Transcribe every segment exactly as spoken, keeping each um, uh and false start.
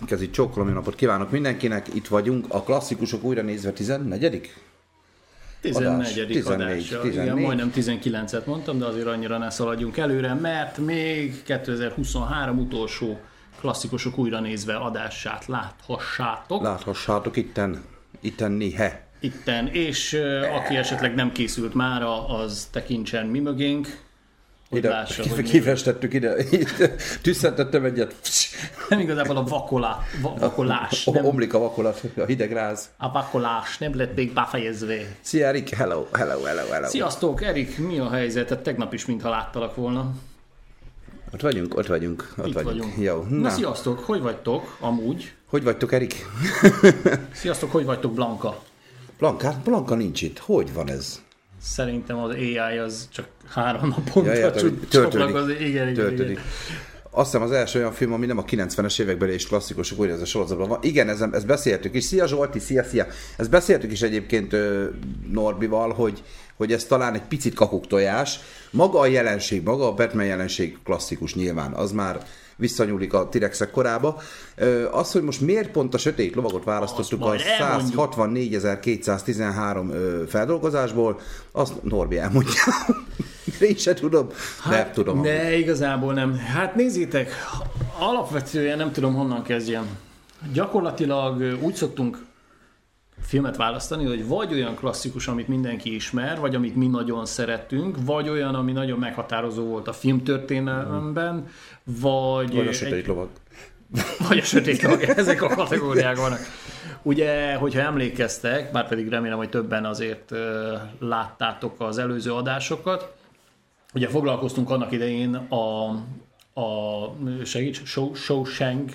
Kezi csókolom, jó napot kívánok mindenkinek. Itt vagyunk, a klasszikusok újra nézve tizennegyedik tizennegyedik adás. Igen, majdnem tizenkilencet mondtam, de azért annyira ne szaladjunk előre, mert még kétezer-huszonhárom utolsó klasszikusok újra nézve adását láthassátok. Láthassátok itten, itten néhe. Itten, és uh, aki esetleg nem készült mára, az tekintsen mi mögénk. Ide, lássa, kifestettük ide, tüsszentettem egyet. Nem igazából a vakolá, va, vakolás. Nem, omlik a vakolat, a hideg ráz. A vakolás nem lett még befejezve. Szia Erik, hello, hello, hello, hello. Sziasztok, Erik, mi a helyzet? Tegnap is mintha láttalak volna. Ott vagyunk, ott vagyunk, ott Itt vagyunk. vagyunk. Jó, na. na sziasztok, hogy vagytok amúgy? Hogy vagytok, Erik? Sziasztok, hogy vagytok, Blanka? Blanka, Blanka nincs itt. Hogy van ez? Szerintem az á i az csak három naponta ja, csatlakozik. Igen, igen, igen. Azt hiszem az első olyan film, ami nem a kilencvenes években és klasszikusok, úgy ez a sorozatban van. Igen, ezt, ezt beszéltük is. Szia Zsolti, szia, szia. Ezt beszéltük is egyébként Norbival, hogy, hogy ez talán egy picit kakuktojás. Maga a jelenség, maga a Batman jelenség klasszikus nyilván, az már visszanyúlik a T-rexek korába. Az, hogy most miért pont a Sötét Lovagot választottuk a száz hatvannégyezer-kétszáztizenhárom feldolgozásból, azt Norbi elmondja. Én se tudom. Hát, nem tudom. Ne, igazából nem. Hát nézzétek, alapvetően nem tudom honnan kezdjem. Gyakorlatilag úgy szoktunk filmet választani, hogy vagy olyan klasszikus, amit mindenki ismer, vagy amit mi nagyon szerettünk, vagy olyan, ami nagyon meghatározó volt a filmtörténelemben, vagy... Vagy a Sötét egy... Lovag. Vagy a Sötét Lovag, ezek a kategóriák vannak. Ugye, hogyha emlékeztek, bár pedig remélem, hogy többen azért uh, láttátok az előző adásokat, ugye foglalkoztunk annak idején a, a segíts, Show, Shawshank.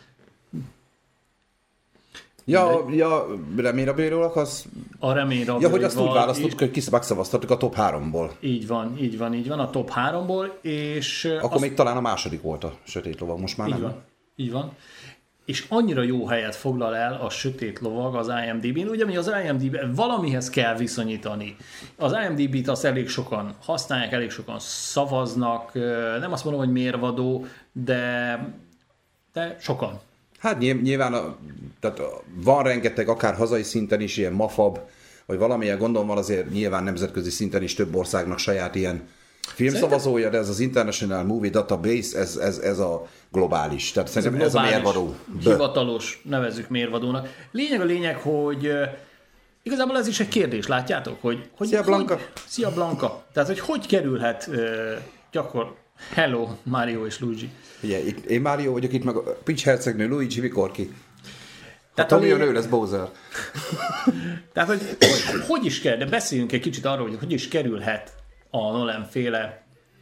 Ja, ja, reményrabéről akarsz? A reményrabéről. Ja, hogy azt úgy választottuk, hogy megszavaztattuk a top háromból. Így van, így van, így van, a top háromból, és... Akkor azt... még talán a második volt a Sötét Lovag, most már így nem. Van, így van. És annyira jó helyet foglal el a Sötét Lovag az IMDb-n, ugye mi az IMDb valamihez kell viszonyítani. Az IMDb-t azt elég sokan használják, elég sokan szavaznak, nem azt mondom, hogy mérvadó, de, de sokan. Hát nyilván a, tehát van rengeteg, akár hazai szinten is ilyen mafab, vagy valamilyen gondom van, azért nyilván nemzetközi szinten is több országnak saját ilyen filmszavazója, de ez az International Movie Database, ez, ez, ez a globális. Tehát ez szerintem a ez a mérvadó. Hivatalos, nevezzük mérvadónak. Lényeg a lényeg, hogy uh, igazából ez is egy kérdés, látjátok? Hogy, hogy, Szia Blanka! Hogy, szia Blanka! Tehát, hogy hogy kerülhet uh, gyakor... Hello, Mario és Luigi. Ugye, itt, én Mario vagyok, itt meg a Peach hercegnő, Luigi mikor ki? Tehát ha Tommy jön, ő lesz Bowser. Tehát, hogy, hogy hogy is kell, de beszéljünk egy kicsit arról, hogy hogy is kerülhet a Nolan-féle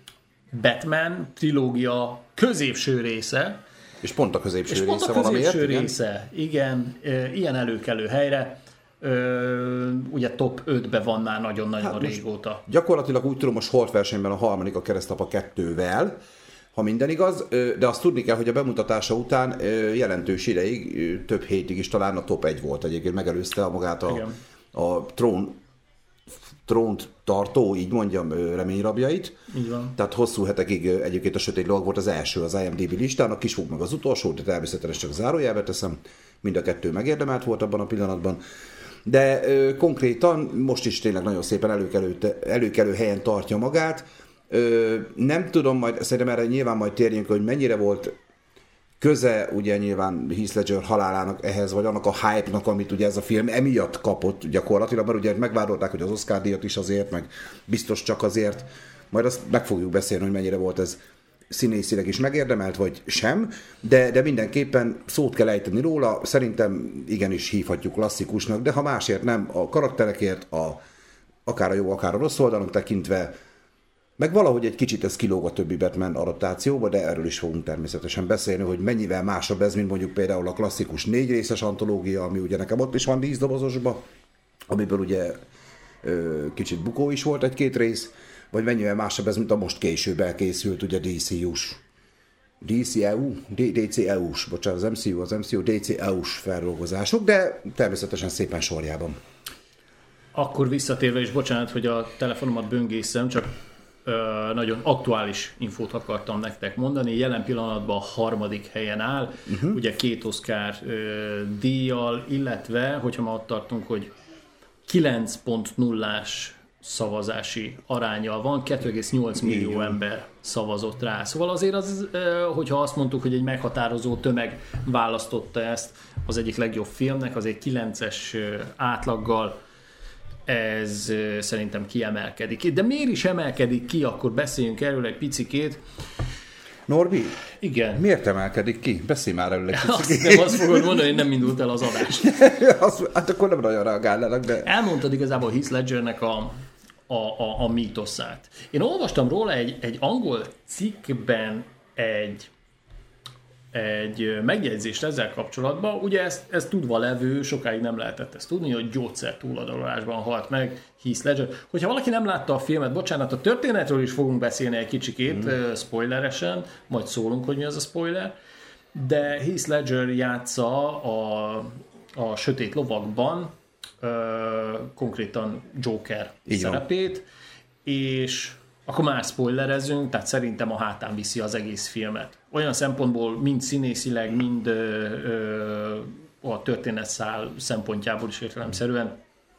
Batman trilógia középső része. És pont a középső és része pont a valamiért. középső része, igen, igen, ilyen előkelő helyre. Ö, ugye top ötbe van már nagyon-nagyon hát régóta. Gyakorlatilag úgy tudom, a Holt versenyben a harmadik a Keresztapa kettővel, ha minden igaz, de azt tudni kell, hogy a bemutatása után jelentős ideig, több hétig is talán a top egy volt egyébként, megelőzte a magát a, a trón, trónt tartó, így mondjam, reményrabjait. Így van. Tehát hosszú hetekig egyébként a Sötét Lovag volt az első az IMDb listán, a Kisfog meg az utolsó, de természetesen csak zárójelbe teszem, mind a kettő megérdemelt volt abban a pillanatban. De ö, konkrétan most is tényleg nagyon szépen előkelő, előkelő helyen tartja magát. Ö, nem tudom, majd szerintem erre nyilván majd térjünk, hogy mennyire volt köze ugye nyilván Heath Ledger halálának ehhez, vagy annak a hype-nak, amit ugye ez a film emiatt kapott gyakorlatilag, mert ugye megvádolták, hogy az Oscar-díjat is azért, meg biztos csak azért. Majd azt meg fogjuk beszélni, hogy mennyire volt ez színészileg is megérdemelt, vagy sem, de, de mindenképpen szót kell ejteni róla, szerintem igenis hívhatjuk klasszikusnak, de ha másért nem, a karakterekért, a, akár a jó, akár a rossz oldalon tekintve, meg valahogy egy kicsit ez kilóg a többi Batman adaptációba, de erről is fogunk természetesen beszélni, hogy mennyivel másabb ez, mint mondjuk például a klasszikus négy részes antológia, ami ugye nekem ott is van díszdobozosba, amiből ugye ö, kicsit bukó is volt egy-két rész, vagy mennyivel másabb ez, mint a most később elkészült, ugye dé cé u-s. dé cé e u? dé cé e u-s, bocsánat, az em cé u, az em cé u dé cé e u-s feldolgozások, de természetesen szépen sorjában. Akkor visszatérve, és bocsánat, hogy a telefonomat böngészem, csak nagyon aktuális infót akartam nektek mondani. Jelen pillanatban a harmadik helyen áll, uh-huh. ugye két Oscar díjjal, illetve, hogyha ma ott tartunk, hogy kilenc pont nullás szavazási aránnyal van, kettő egész nyolc millió ember szavazott rá. Szóval azért az, hogyha azt mondtuk, hogy egy meghatározó tömeg választotta ezt az egyik legjobb filmnek, azért kilences átlaggal ez szerintem kiemelkedik. De miért is emelkedik ki, akkor beszéljünk erről egy picikét. Norbi? Igen. Miért emelkedik ki? Beszélj már erről egy picikét. Azt nem azt fogod mondani, hogy nem indult el az adás. az, hát akkor nem nagyon reagálnának, de... Elmondtad igazából Heath Ledgernek a, a, a, a mítoszát. Én olvastam róla egy, egy angol cikkben egy egy megjegyzést ezzel kapcsolatban. Ugye ez, ez tudva levő, sokáig nem lehetett ezt tudni, hogy gyógyszer túladagolásban halt meg Heath Ledger. Hogyha valaki nem látta a filmet, bocsánat, a történetről is fogunk beszélni egy kicsikét, mm. spoileresen, majd szólunk, hogy mi az a spoiler, de Heath Ledger játsza a, a Sötét lovagban uh, konkrétan Joker így szerepét, van. És akkor már spoilerezünk, tehát szerintem a hátán viszi az egész filmet. Olyan szempontból, mind színészileg, mind ö, ö, a történetszál szempontjából is értelemszerűen.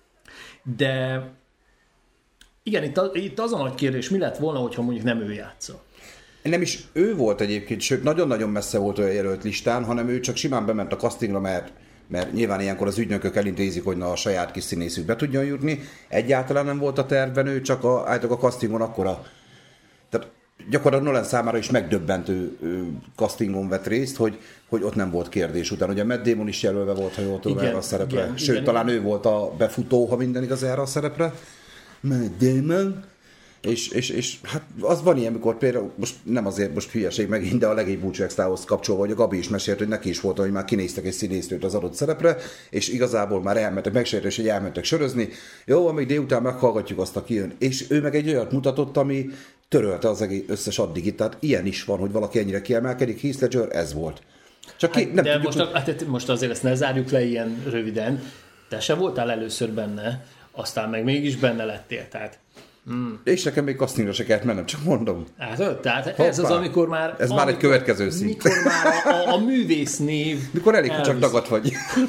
De igen, itt, a, itt az a nagy kérdés, mi lett volna, hogyha mondjuk nem ő játsza? Nem is ő volt egyébként, sőt, nagyon-nagyon messze volt olyan jelölt listán, hanem ő csak simán bement a castingra, mert mert nyilván ilyenkor az ügynökök elintézik, hogy na a saját kis színészük be tudjon jutni. Egyáltalán nem volt a tervben, ő csak a, általában a castingon akkora. Tehát gyakorlatilag Nolan számára is megdöbbentő castingon vett részt, hogy, hogy ott nem volt kérdés után. Ugye Matt Damon is jelölve volt, ha jól tudom, erre a szerepre. Igen, Sőt, igen, talán igen. Ő volt a befutó, ha minden igaz, erre a szerepre. Matt Damon. És, és, és hát az van ilyen, amikor például, most nem azért most hülyeség megint, de a legény búcsúextához kapcsolva, hogy a Gabi is mesélt, hogy neki is volt, hogy már kinéztek egy színésznőt az adott szerepre, és igazából már elmentek, megsértés, hogy elmentek sörözni. Jó, amíg délután meghallgatjuk azt, aki jön. És ő meg egy olyat mutatott, ami törölte az egész összes addigit. Tehát ilyen is van, hogy valaki ennyire kiemelkedik. Heath Ledger, ez volt. Csak ki, hát, nem de tudjuk, most, hogy... hát, most azért ezt ne zárjuk le ilyen röviden. Te se voltál először benne, aztán meg mégis benne lettél. Tehát Hmm. És nekem még castingra se kellett mennem, csak mondom. Hát, tehát Hoppá. Ez az, amikor már... Ez amikor, már egy következő szint. Mikor már a, a művésznév... Mikor elég, hogy csak dagadt vagy.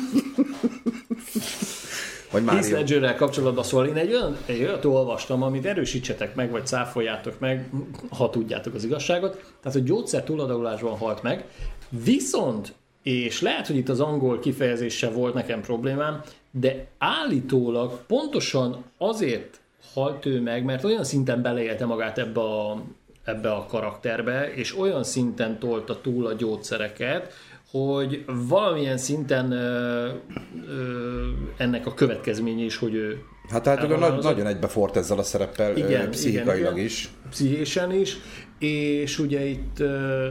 vagy Heath Ledgerrel kapcsolatban szól. Én egy olyan, egy olyat olvastam, amit erősítsetek meg, vagy cáfoljátok meg, ha tudjátok az igazságot. Tehát, hogy gyógyszer túladagolásban halt meg, viszont, és lehet, hogy itt az angol kifejezéssel volt nekem problémám, de állítólag pontosan azért halt ő meg, mert olyan szinten beleélte magát ebbe a, ebbe a karakterbe, és olyan szinten tolta túl a gyógyszereket, hogy valamilyen szinten ö, ö, ennek a következménye is, hogy ő... Hát általában nagy, nagyon egybefort ezzel a szereppel, igen, pszichikailag igen, igen. is. Pszichésen is, és ugye itt ö,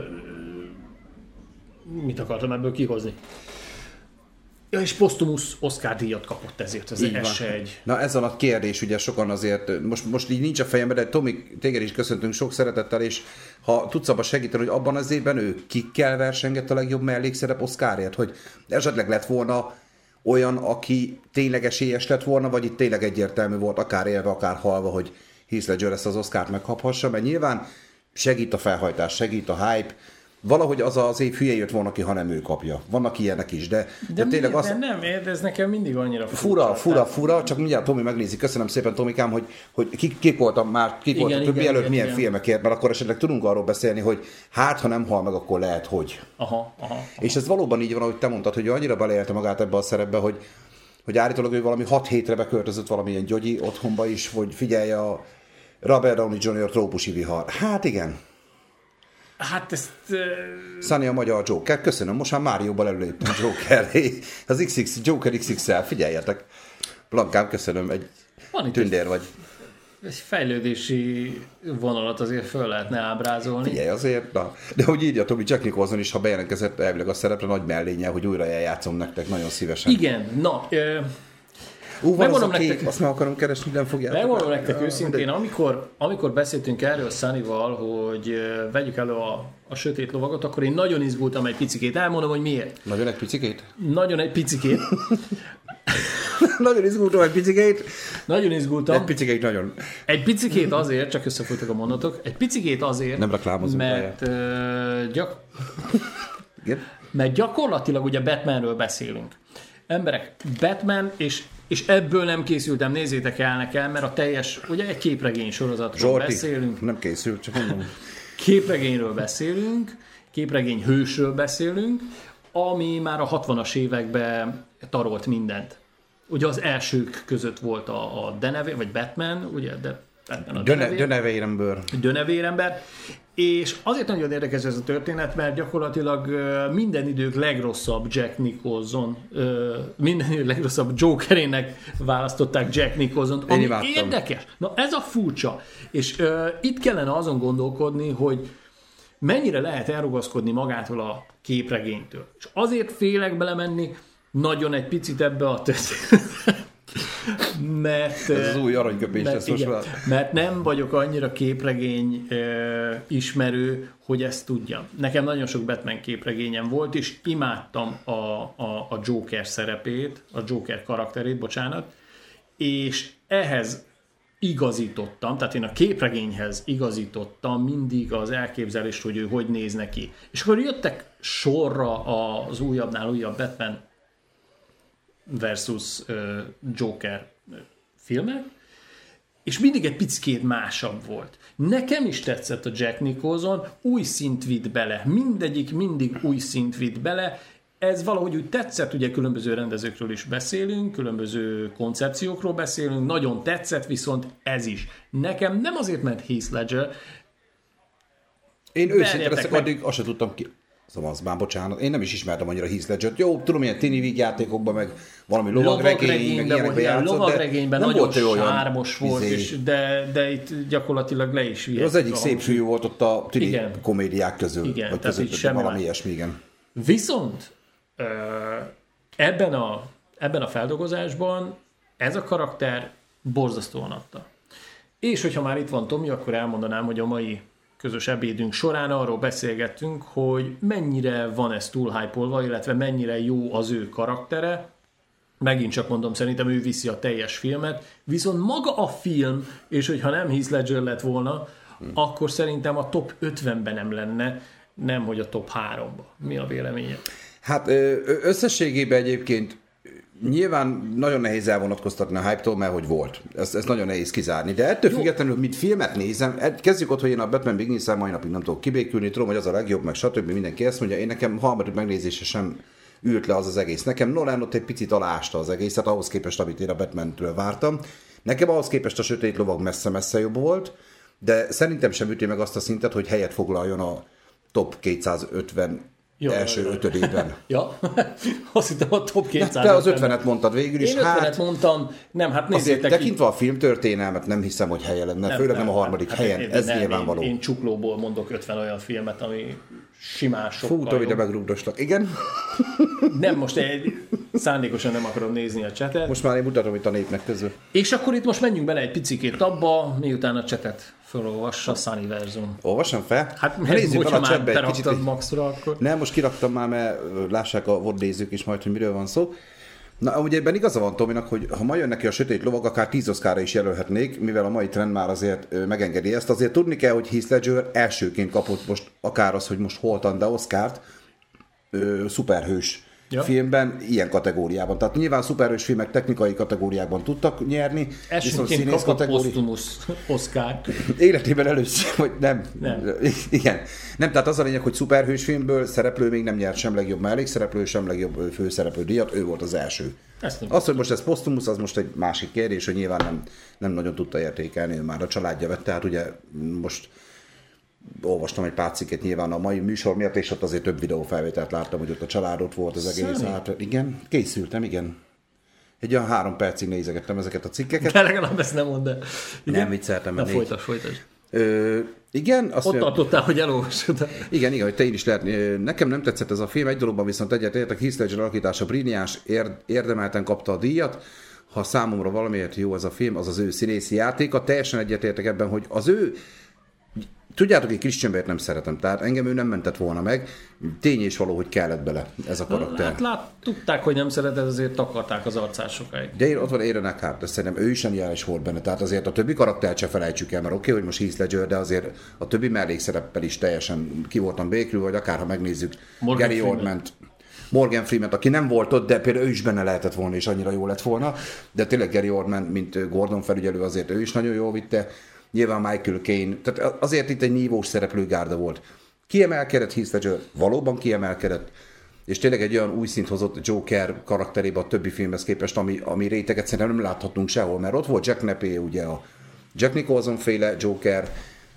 mit akartam ebből kihozni? Ja, és posztumusz Oscar díjat kapott ezért, ez, ez se egy... Na ez a nagy kérdés, ugye sokan azért, most, most így nincs a fejemben, de Tomi, téged is köszöntünk sok szeretettel, és ha tudsz abban segíteni, hogy abban az évben ő kikkel versengett a legjobb mellékszerep Oscarért, hogy esetleg lett volna olyan, aki tényleg esélyes lett volna, vagy itt tényleg egyértelmű volt, akár élve, akár halva, hogy Heath Ledger ezt az Oscart megkaphassa, mert nyilván segít a felhajtás, segít a hype, valahogy az az év hülye jött volna ki, ha nem ő kapja. Vannak ilyenek is, de, de, de tényleg az... nem, ez nekem mindig annyira fura. Fura, fura, fura, csak mindjárt Tomi megnézi. Köszönöm szépen, Tomikám, hogy, hogy kik, kik voltam már, kik voltak többi előtt, milyen igen. filmekért, mert akkor esetleg tudunk arról beszélni, hogy hát, ha nem hal meg, akkor lehet, hogy. Aha, aha, aha. És ez valóban így van, ahogy te mondtad, hogy ő annyira beleélte magát ebbe a szerepbe, hogy, hogy állítólag ő valami hat hétre beköltözött valamilyen gyogyi otthonba is, hogy figyelje a Robert Downey junior trópusi vihar. Hát igen. Hát ezt... Uh... Sunny a magyar Joker. Köszönöm, most már Márióban előléptem Jokerré. Az iksz iksz, Joker iksz iksz-el, figyeljetek. Blankám, köszönöm, egy tündér egy, vagy. Egy fejlődési vonalat azért föl lehetne ábrázolni. Figyelj, azért, na. De hogy írja Tomi Jack Nicholson is, ha bejelentkezett elvileg a szerepre, nagy mellénnyel, hogy újra eljátszom nektek, nagyon szívesen. Igen, na... Ö... Ú, van az a kép, nektek, azt meg akarom keresni, nem fogjátok. Megmondom nektek őszintén, amikor, amikor beszéltünk erről Sunnyval, hogy vegyük elő a, a Sötét lovagot, akkor én nagyon izgultam egy picikét. Elmondom, hogy miért. Nagyon egy picikét? Nagyon egy picikét. Nagyon izgultam egy picikét. Nagyon izgultam. Egy picikét nagyon. Egy picikét azért, csak összefolytak a mondatok, egy picikét azért, nem reklámozunk, mert, uh, gyak... Igen? mert gyakorlatilag ugye Batmanről beszélünk. Emberek, Batman, és, és ebből nem készültem, nézzétek el nekem, mert a teljes, ugye egy képregény sorozatról Zsolti, beszélünk. nem készült, csak mondom. Képregényről beszélünk, képregény hősről beszélünk, ami már a hatvanas években tarolt mindent. Ugye az elsők között volt a, a Deneve, vagy Batman, ugye, de Batman a Dönevérember. Dönevérember. És azért nagyon érdekes ez a történet, mert gyakorlatilag minden idők legrosszabb Jack Nicholson, minden idők legrosszabb Jokerének választották Jack Nicholsont, ami érdekes. Na ez a furcsa. És uh, itt kellene azon gondolkodni, hogy mennyire lehet elrugaszkodni magától a képregénytől. És azért félek belemenni nagyon egy picit ebbe a történetet, mert, ez az új aranyköpés lesz most már. Mert nem vagyok annyira képregény e, ismerő, hogy ezt tudjam. Nekem nagyon sok Batman képregényem volt, és imádtam a, a, a Joker szerepét, a Joker karakterét, bocsánat, és ehhez igazítottam, tehát én a képregényhez igazítottam mindig az elképzelést, hogy ő hogy néz neki. És akkor jöttek sorra az újabbnál újabb Batman versus uh, Joker filmek, és mindig egy picit másabb volt. Nekem is tetszett a Jack Nicholson, új szint vitt bele, mindegyik mindig új szint vitt bele, ez valahogy úgy tetszett, ugye különböző rendezőkről is beszélünk, különböző koncepciókról beszélünk, nagyon tetszett, viszont ez is. Nekem nem azért, mert Heath Ledger. Én őszintén leszek, meg... addig azt sem tudtam ki. Szóval az már bocsánat, én nem is ismertem annyira Heath Ledgert. Jó, tudom, ilyen tini vígjátékokban, meg valami lovagregény, meg ilyenekben játszott, lovagregényben de nem nagyon volt olyan sármos volt, izé... és de, de itt gyakorlatilag le is vihet. Az egyik szép fiú volt ott a tini igen. komédiák közül. Igen, vagy tehát között, valami ilyesmi, igen. Viszont ebben a, ebben a feldolgozásban ez a karakter borzasztóan adta. És hogyha már itt van Tomi, akkor elmondanám, hogy a mai közös ebédünk során arról beszélgettünk, hogy mennyire van ez túl hype-olva, illetve mennyire jó az ő karaktere. Megint csak mondom, szerintem ő viszi a teljes filmet, viszont maga a film, és hogyha nem Heath Ledger lett volna, hmm. akkor szerintem a top ötvenben nem lenne, nem hogy a top háromban. Mi a véleményed? Hát összességében egyébként nyilván nagyon nehéz elvonatkoztatni a hype-tól, mert hogy volt. Ez, ez nagyon nehéz kizárni. De ettől Jó. függetlenül, mint filmet nézem, kezdjük ott, hogy én a Batman Begins-el mai napig nem tudok kibékülni, tudom, hogy az a legjobb, meg stb. Mindenki ezt mondja. Én nekem harmadik megnézése sem ült le az az egész. Nekem Nolan ott egy picit aláásta az egészet, ahhoz képest, amit én a Batman-től vártam. Nekem ahhoz képest a Sötét Lovag messze-messze jobb volt, de szerintem sem üti meg azt a szintet, hogy helyet foglaljon a top kétszázötven Jó, első jó, jó. ötödében. Ja, azt hittem a top kétszáz. Te az ötvenet mondtad végül is. Én ötvenet hát, mondtam, nem, hát nézzétek. Azért tekintve a filmtörténelmet nem hiszem, hogy helye lenne, nem, főleg nem, nem a harmadik hát, helyen, én, ez nem, nyilvánvaló. Én, én csuklóból mondok ötven olyan filmet, ami simán sokkal Fú, Tomi, de megrúgdostak. Igen? Nem, most egy, szándékosan nem akarom nézni a csetet. Most már én mutatom itt a népnek közül. És akkor itt most menjünk bele egy picikét abba, miután a csetet felolvassa a Sunnyverzum. Olvassam fel? Hát nézzük bele a csetbe egy kicsit. Maxra, akkor... Nem, most kiraktam már, mert lássák a vodnézők is majd, hogy miről van szó. Na, ugye ebben igaza van Tominak, hogy ha ma jön neki a Sötét Lovag, akár tíz Oscarra is jelölhetnék, mivel a mai trend már azért megengedi ezt. Azért tudni kell, hogy Heath Ledger elsőként kapott most akár az, hogy most holtan, de Oscart, ö, szuperhős ja. filmben, ilyen kategóriában. Tehát nyilván szuperhős filmek technikai kategóriákban tudtak nyerni. Elsőként kapott kategóri... posztumusz Oscart. Életében először, vagy nem. nem. Igen. Nem, tehát az a lényeg, hogy szuperhős filmből szereplő még nem nyert sem legjobb mellékszereplő, sem legjobb főszereplő díjat, ő volt az első. Az, hogy most ez posztumusz, az most egy másik kérdés, hogy nyilván nem, nem nagyon tudta értékelni, ő már a családja vett, tehát ugye most olvastam egy pár cikket nyilván a mai műsor miatt, és ott azért több videófelvételt láttam, hogy ott a család ott volt az egész. Hát, igen, készültem, igen. Egy olyan három percig nézegettem ezeket a cikkeket. De legalább ezt nem mondd el. Nem vicceltem. Na folytasd, folytasd. Ö, igen. Azt ott mondja, tartottál, hogy elolvasod. Igen, igen, hogy te is lehet. Nekem nem tetszett ez a film, egy dologban viszont egyetértek, Heath Ledger alakítása brilliáns, érdemelten kapta a díjat. Ha számomra valamiért jó ez a film, az az ő színészi játéka. Teljesen egyetértek ebben, hogy az ő Tudjátok, hogy Christian Bale-t nem szeretem, tehát engem ő nem mentett volna meg. Tény és való, hogy kellett bele ez a karakter. Hát lát, tudták, hogy nem szereted, azért takarták az arcát sokáig. De én ott van Aaron Eckhart, de szerintem ő is zseniális volt benne. Tehát azért a többi karaktert se felejtsük el, mert oké, okay, hogy most Heath Ledger, de azért a többi mellékszereppel is teljesen ki voltam békül, vagy akár ha megnézzük Morgan Gary Freeman. Oldman-t. Morgan Freeman, aki nem volt ott, de például ő is benne lehetett volna, és annyira jó lett volna. De tényleg Gary Oldman, mint Gordon felügyelő, azért ő is nagyon jól vitte. Nyilván Michael Caine, tehát azért itt egy nívós szereplőgárda volt. Kiemelkedett Heath Ledger, valóban kiemelkedett, és tényleg egy olyan új szint hozott Joker karakterébe a többi filmhez képest, ami, ami réteget szerintem nem láthatunk sehol, mert ott volt Jack Napier, ugye a Jack Nicholson féle Joker,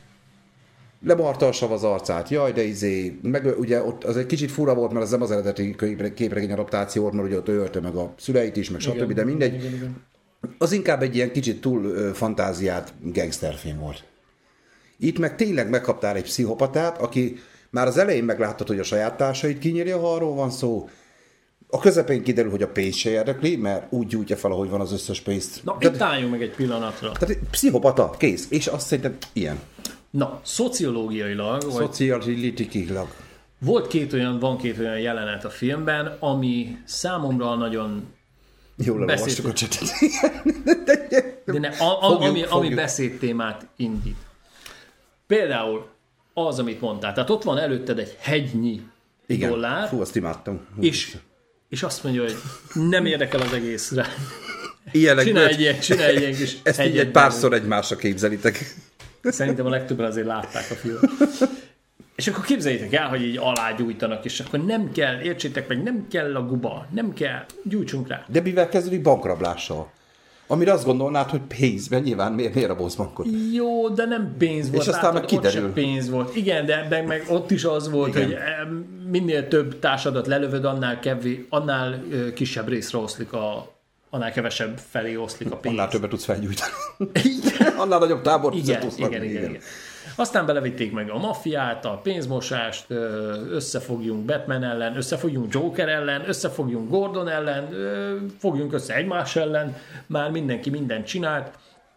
lemarta a sav az arcát, jaj, de izé, meg ugye ott az egy kicsit fura volt, mert az nem az eredeti képregény adaptáció volt, mert ugye ott ő ölte meg a szüleit is, meg stb., de mindegy. Igen, igen. Az inkább egy ilyen kicsit túl ö, fantáziát gangsterfilm volt. Itt meg tényleg megkaptál egy pszichopatát, aki már az elején megláttad, hogy a saját társait kinyírja, ha arról van szó. A közepén kiderül, hogy a pénz se érdekli, mert úgy gyújtja fel, ahogy van az összes pénzt. Na, tehát, itt álljunk meg egy pillanatra. Tehát pszichopata, kész. És azt szerintem ilyen. Na, szociológiailag, Szociológiailag. Volt két olyan, van két olyan jelenet a filmben, ami számomra nagyon jól elolvastuk a csetet. De ne, a, a, fogjuk, ami, fogjuk. ami beszédtémát indít. Például az, amit mondtál. Tehát ott van előtted egy hegynyi igen. dollár. Fú, azt imádtam. És, és azt mondja, hogy nem érdekel az egészre. Ilyenek csinálj egy ilyen, csinálj egy ilyen kis ezt így egy párszor egymásra képzelitek. Szerintem a legtöbben azért látták a filmet. És akkor képzeljétek el, hogy így alágyújtanak, és akkor nem kell, értsétek meg, nem kell a guba, nem kell, gyújtsunk rá. De mivel kezdődik? Bankrablással. Amire azt gondolnád, hogy pénzben nyilván miért, miért rabolsz bankot? Jó, de nem pénz volt. És aztán meg kiderül. Ott sem pénz volt. Igen, de, de meg ott is az volt, igen. hogy minél több társadat lelövöd, annál, kevés, annál kisebb részre oszlik a, annál kevesebb felé oszlik a pénz. Annál többet tudsz felgyújtani. Igen. Annál nagyobb tábor igen, tudsz igen, igen, igen, igen. Aztán belevitték meg a maffiát, a pénzmosást, összefogjunk Batman ellen, összefogjunk Joker ellen, összefogjunk Gordon ellen, fogjunk össze egymás ellen, már mindenki mindent csinált,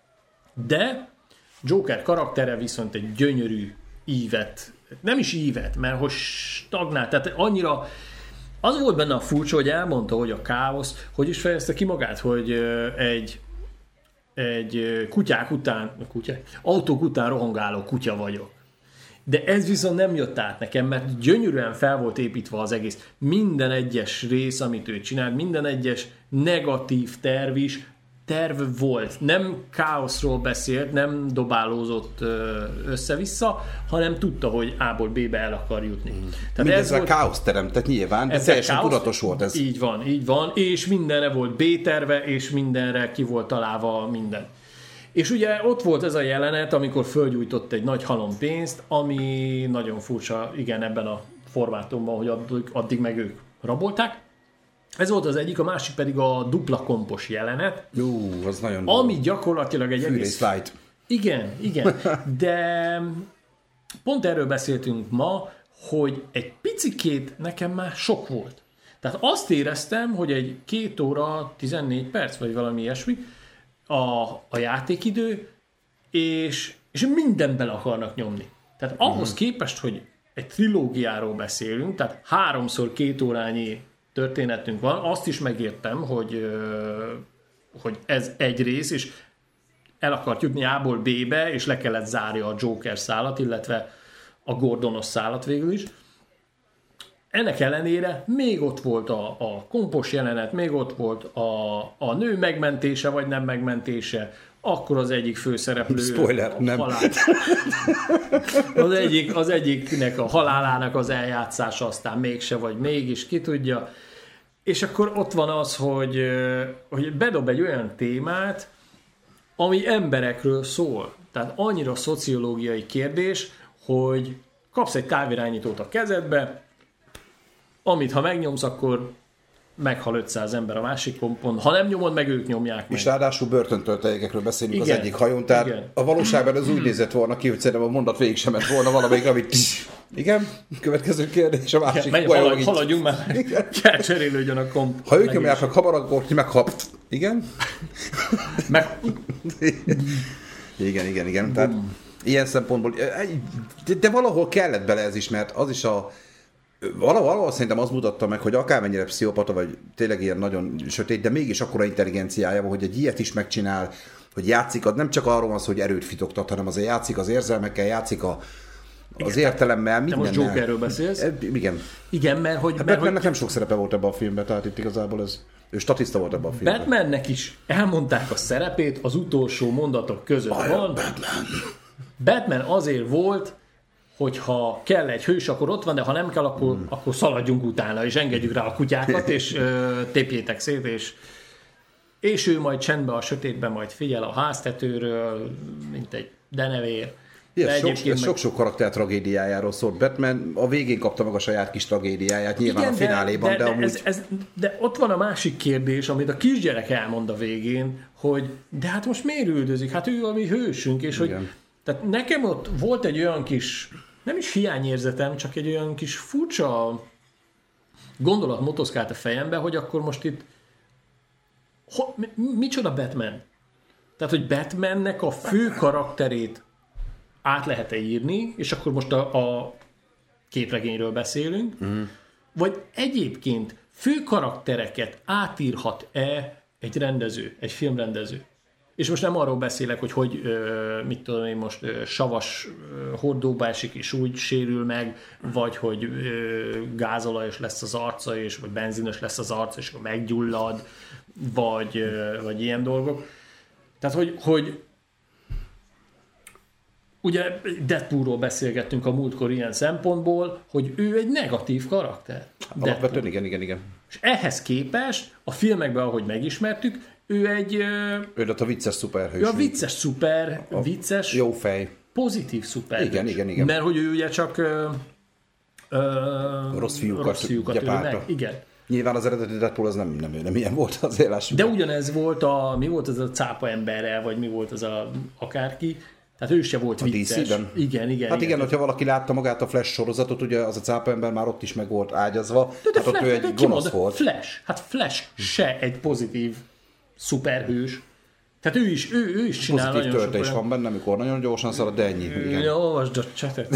de Joker karaktere viszont egy gyönyörű ívet, nem is ívet, mert hogy stagnált, tehát annyira, az volt benne a furcsa, hogy elmondta, hogy a káosz, hogy is fejezte ki magát, hogy egy egy kutyák után, kutyák, autók után rohangáló kutya vagyok. De ez viszont nem jött át nekem, mert gyönyörűen fel volt építve az egész. Minden egyes rész, amit ő csinált, minden egyes negatív terv is terv volt. Nem káoszról beszélt, nem dobálózott össze-vissza, hanem tudta, hogy A-ból B-be el akar jutni. Mm. Mindezzel volt... káosz teremtett nyilván, de teljesen káosz... tudatos volt ez. Így van, így van, és mindenre volt B-terve, és mindenre ki volt találva minden. És ugye ott volt ez a jelenet, amikor fölgyújtott egy nagy halom pénzt, ami nagyon furcsa, igen, ebben a formátumban, hogy addig, addig meg ők rabolták. Ez volt az egyik, a másik pedig a dupla kompos jelenet. Jó, az nagyon... Ami gyakorlatilag egy egész... Flight. Igen, igen. De pont erről beszéltünk ma, hogy egy picikét nekem már sok volt. Tehát azt éreztem, hogy egy két óra, tizennégy perc, vagy valami ilyesmi a, a játékidő, és, és mindent bele akarnak nyomni. Tehát ahhoz uh-huh. képest, hogy egy trilógiáról beszélünk, tehát háromszor két órányi történetünk van, azt is megértem, hogy, hogy ez egy rész, és el akart jutni A-ból B-be, és le kellett zárja a Joker szálat, illetve a Gordonos szálat végül is. Ennek ellenére még ott volt a, a kompos jelenet, még ott volt a, a nő megmentése, vagy nem megmentése, akkor az egyik főszereplő... Spoiler, nem. Halál, az, egyik, az egyiknek a halálának az eljátszása, aztán mégse, vagy mégis, ki tudja. És akkor ott van az, hogy, hogy bedob egy olyan témát, ami emberekről szól. Tehát annyira szociológiai kérdés, hogy kapsz egy távirányítót a kezedbe, amit ha megnyomsz, akkor meghal ötszáz ember a másik kompon. Ha nem nyomod, meg ők nyomják meg. És ráadásul börtöntöltelékekről beszélünk igen, az egyik hajón, tehát igen. A valóságban ez úgy nézett volna ki, hogy szerintem a mondat végig sem ment volna valamelyik, amit... Igen? Következő kérdés, a másik ja, hajón. Halad, haladjunk már, kell cserélődjön a komp. Ha ők nyomják meg hamar, akkor ti meghap. Igen? Meg... igen, igen, igen. Tehát Ilyen szempontból, de, de valahol kellett bele ez is, mert az is a valahol, valahol szerintem az mutatta meg, hogy akármennyire pszichopata, vagy tényleg ilyen nagyon sötét, de mégis akkora intelligenciája van, hogy egy ilyet is megcsinál, hogy játszik, nem csak arról van szó, hogy erőt fitoktat, hanem azért játszik az érzelmekkel, játszik a, az igen, értelemmel, mindennel. Te most Jokerről beszélsz? Igen. Igen, mert hogy... A Batmannek hogy... nem sok szerepe volt ebben a filmben, tehát itt igazából ez... Ő statiszta volt ebben a filmben. Batmannek is elmondták a szerepét, az utolsó mondatok között I van. Batman. Batman azért volt, hogyha kell egy hős, akkor ott van, de ha nem kell, akkor, hmm. akkor szaladjunk utána, és engedjük rá a kutyákat, és ö, tépjétek szét, és, és ő majd csendben a sötétben majd figyel a háztetőről, mint egy denevér. Igen, sok, meg... sok-sok karakter tragédiájáról szólt. Batman a végén kapta meg a saját kis tragédiáját, nyilván igen, a fináléban, de, de, de, de amúgy... Ez, ez, de ott van a másik kérdés, amit a kisgyerek elmond a végén, hogy de hát most miért üldözik? Hát ő a mi hősünk, és igen. hogy... Tehát nekem ott volt egy olyan kis, nem is hiányérzetem, csak egy olyan kis furcsa gondolat motoszkált a fejembe, hogy akkor most itt ho, mi, micsoda Batman? Tehát, hogy Batmannek a fő karakterét át lehet-e írni, és akkor most a, a képregényről beszélünk, uh-huh. vagy egyébként fő karaktereket átírhat-e egy rendező, egy filmrendező? És most nem arról beszélek, hogy hogy, mit tudom én most, savas hordóba esik és úgy sérül meg, vagy hogy gázolajos lesz az arca, és vagy benzinos lesz az arca, és akkor meggyullad, vagy, vagy ilyen dolgok. Tehát, hogy, hogy ugye Deadpoolról beszélgettünk a múltkor ilyen szempontból, hogy ő egy negatív karakter. Alapvetően igen, igen, igen. És ehhez képest a filmekben, ahogy megismertük, ő egy... Ő a vicces szuperhős. Ő a vicces szuper, a vicces... Jó fej. Pozitív szuperhős. Igen, igen, igen. Mert hogy ő ugye csak... Ö, ö, rossz fiúkat, rossz fiúkat meg. Igen. Nyilván az eredeti Deadpool az nem, nem, nem ilyen volt az élás. De ugyanez volt a... Mi volt az a cápa emberrel, vagy mi volt az a akárki. Tehát ő se volt a vicces. dé cé-ben? Igen, igen. Hát igen, igen, hogyha valaki látta magát a Flash sorozatot, ugye az a cápa ember már ott is meg volt ágyazva. De, de hát Flash, ott ő egy gonosz volt. Flash. Hát Flash se egy pozitív szuperhős. Tehát ő is, ő, ő is csinál pozitív nagyon törtés van benne, amikor nagyon gyorsan szalad, de ennyi. Igen. Ja, olvasd a csetet.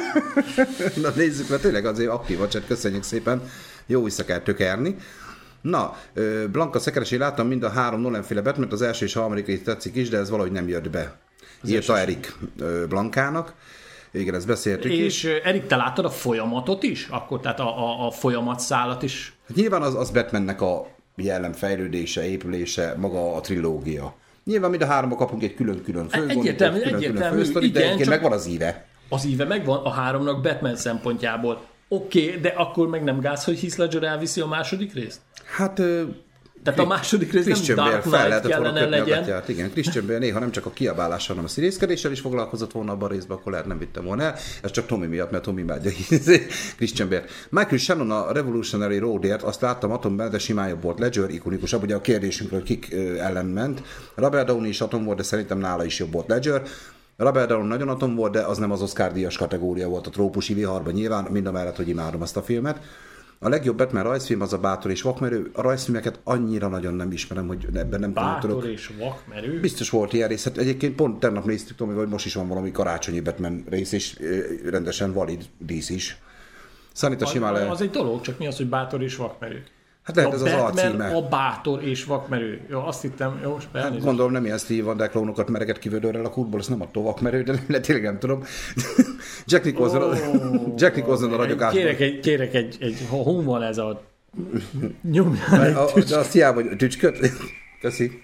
Na nézzük, mert tényleg azért aktív a cset, köszönjük szépen. Jó vissza kell tökerni. Na, Blanka Szekeresi, láttam mind a három Nolan-féle Batman, az első és a harmadik tetszik is, de ez valahogy nem jött be. Írta Erik Blankának. Igen, ezt beszéltük és is. És Erik, te láttad a folyamatot is? Akkor tehát a, a, a folyamatszálat is? Hát nyilván az, az Batmannek a jellemfejlődése, épülése, maga a trilógia. Nyilván mind a háromba kapunk egy külön-külön főgonit, egyértelmű, egy külön-külön fősztorit, de egyébként megvan az íve. Az íve megvan a háromnak Batman szempontjából. Oké, okay, de akkor meg nem gáz, hogy Heath Ledger elviszi a második részt? Hát... Tehát a második rész nem Dark Knight kellene legyen. Igen, Christian Bale néha nem csak a kiabálással, hanem a színészkedéssel is foglalkozott volna abban a részben, akkor lehet nem vittem volna el. Ez csak Tommy miatt, mert Tommy imádja Christian Bale. Michael Shannon a Revolutionary Roadért, azt láttam Atomban, de simán jobb volt. Ledger ikonikusabb, ugye a kérdésünkről, hogy kik ellen ment. Robert Downey is atom volt, de szerintem nála is jobb volt Ledger. Robert Downey nagyon atom volt, de az nem az Oscar-díjas kategória volt a trópusi viharban nyilván, mind a mellett, hogy imádom azt a filmet. A legjobb Batman rajzfilm az a Bátor és vakmerő. A rajzfilmeket annyira nagyon nem ismerem, hogy ebben nem Bátor tudok. Bátor és vakmerő? Biztos volt ilyen rész. Hát egyébként pont tegnap néztük, Tomi, hogy most is van valami karácsonyi Batman rész, és rendesen valid dísz is. Szanita simán le... Az egy dolog, csak mi az, hogy Bátor és vakmerő? Hát lehet, a ez Batman, az alcíme. A Bátor és vakmerő. Jó, azt hittem, jó, most hát gondolom nem ilyen Steve Van Der klónokat mereget kivődőrrel a kútból, ezt nem attól vakmerő, de nem, tényleg nem tudom. Jack Nicholson, oh, Jack Nicholson a ragyogásban. Kérek egy, kérek egy, egy ha hon van ez a... Nyomjál egy de azt hiába, hogy tücsköt. Köszi.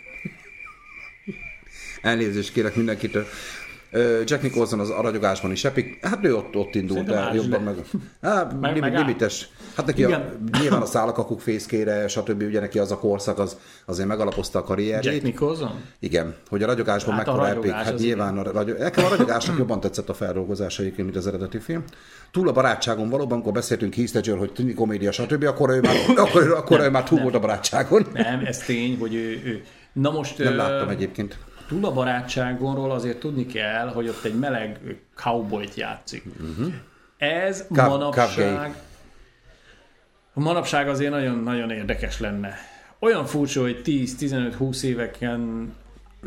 Elnézést kérek mindenkitől. Jack Nicholson az aragyogásban is epik. Hát ő ott, ott indult szerintem el jobban meg. Hát, meg, meg limites. Hát neki a, nyilván a szálakakuk fészkére, stb. Ugye neki az a korszak az, azért megalapozta a karrierjét. Jack Nicholson? Igen, hogy a ragyogásban hát mekkora epik. Hát nyilván a, ragyog... nekem a ragyogásnak jobban tetszett a feldolgozása egyébként, mint az eredeti film. Túl a barátságon valóban, amikor beszéltünk Heath Ledger, hogy tűnik komédia, stb. Akkor ő már, akkor, akkor nem, ő már túl nem. volt a barátságon. Nem, ez tény, hogy ő... ő. Na most... Nem ö... láttam egyébként. Túl a barátságonról azért tudni kell, hogy ott egy meleg cowboyt játszik. Uh-huh. Ez Kav- manapság... Manapság azért nagyon-nagyon érdekes lenne. Olyan furcsa, hogy tíz-tizenöt-húsz éveken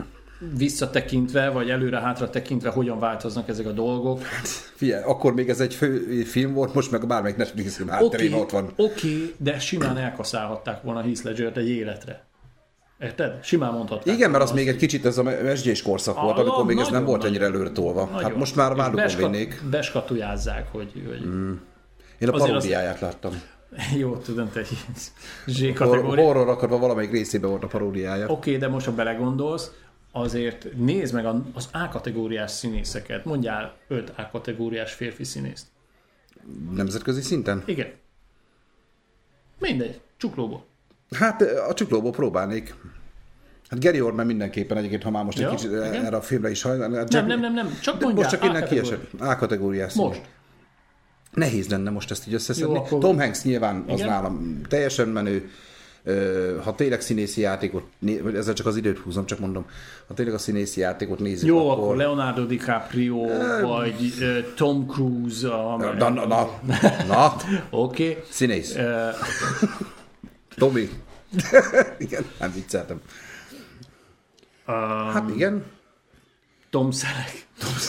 visszatekintve, vagy előre-hátra tekintve hogyan változnak ezek a dolgok. Figyelj, akkor még ez egy fő film volt, most meg bármelyik Netflix film hátterében ott van. Oké, okay, de simán elkaszálhatták volna Heath Ledgert egy életre. Érted? Simán mondhatták. Igen, mert az még egy kicsit ez a es gés korszak volt, amikor még ez nem volt ennyire előre tolva. Hát most már vállukon vinnék. Beskatujázzák, hogy... hogy mm. Én a paródiáját láttam. Jó, tudom, te Z-kategória. Horror akarva valamelyik részében volt a paródiája. Oké, okay, de most ha belegondolsz, azért nézd meg az A-kategóriás színészeket. Mondjál öt A-kategóriás férfi színészt. Nemzetközi szinten? Igen. Mindegy, csuklóból. Hát a csuklóból próbálnék. Hát Gary Oldman mindenképpen egyébként, ha már most ja, egy kicsit igen? erre a filmre is hajlani. Hát nem, nem, nem, nem, csak mondjál. Most csak innen kiesett. A-kategóriás Most. Nehéz lenne most ezt így összeszedni. Jó, akkor... Tom Hanks nyilván az igen? nálam teljesen menő. Ha tényleg színészi játékot, ezzel csak az időt húzom, csak mondom, ha tényleg a színészi játékot nézzük, jó, akkor... akkor Leonardo DiCaprio, e... vagy uh, Tom Cruise. A... Na, na, na, na. Oké. Okay. Színész. Uh... Tomi. Igen, nem vicceltem. Um... Hát igen. Tom Selleck.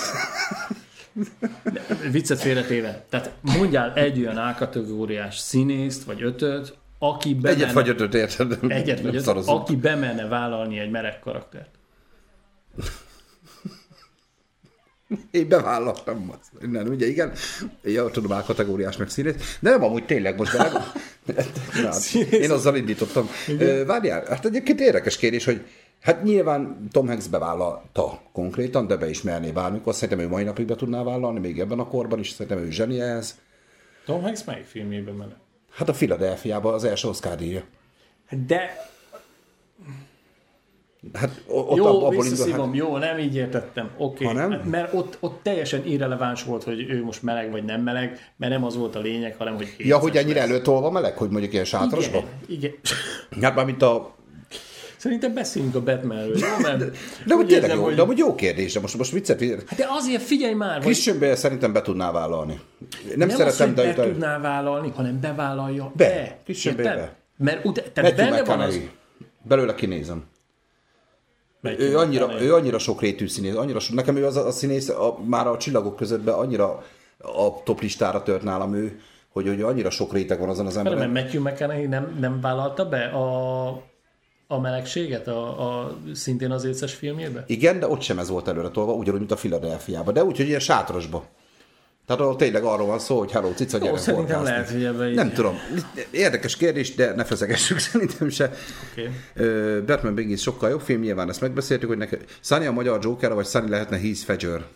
Viccet félretéve. Tehát mondjál egy olyan A-kategóriás színészt, vagy ötöt, aki bemenne... Egyet vagy ötöt érted. Egyet vagy ötöt, aki bemenne vállalni egy meleg karaktert. Én bevállaltam. Nem, ugye igen. Ja, tudom, A-kategóriás meg színész. De nem, amúgy tényleg most beleg... Én azzal indítottam. Várjál, hát egyébként érdekes kérdés, hogy hát nyilván Tom Hanks bevállalta konkrétan, de be is merné bármikor. Szerintem ő mai napig be tudná vállalni, még ebben a korban is. Szerintem ő zseni ehhez. Tom Hanks melyik filmjében menne? Hát a Philadelphiában az első Oscar díja. De... Hát ott jó, abból visszaszívom, indul, hát... jó, nem így értettem. Oké, okay. Mert ott, ott teljesen irreleváns volt, hogy ő most meleg vagy nem meleg, mert nem az volt a lényeg, hanem hogy... Ja, hogy ennyire előtolva meleg, hogy mondjuk ilyen sátrasban? Igen, igen. Hát már mint a... Szerintem beszéljünk a Batmanről, jó? Mert de de hogy tényleg jó, hogy... de hogy jó kérdés, de most, most viccet... Hát de azért figyelj már, Christian Bale szerintem be tudná vállalni. Nem, nem szeretem, az, hogy de... be tudná vállalni, hanem bevállalja be. be. Christian Bale be. Mert ut- tehát benne van az... Belőle kinézem. Ő annyira, ő annyira sokrétű színész, annyira sok, nekem ő az a, a színész a, már a csillagok közöttben annyira a top listára tört nálam ő, hogy, hogy annyira sok réteg van azon az emberen. Mert Matthew McConaughey nem, nem vállalta be a, a melegséget a, a szintén az éces filmjében? Igen, de ott sem ez volt előre tolva, ugyanúgy, mint a Philadelphiában, de úgy, hogy ilyen sátrasba. Tehát ahol tényleg arról van szó, hogy hello, cica, gyere, szerintem lehet, hogy ebben nem így... tudom. Érdekes kérdés, de ne feszegessük szerintem se. Okay. Batman Begins sokkal jobb film, nyilván ezt megbeszéltük, hogy neki Sunny a magyar Joker, vagy Sunny lehetne Heath Ledger.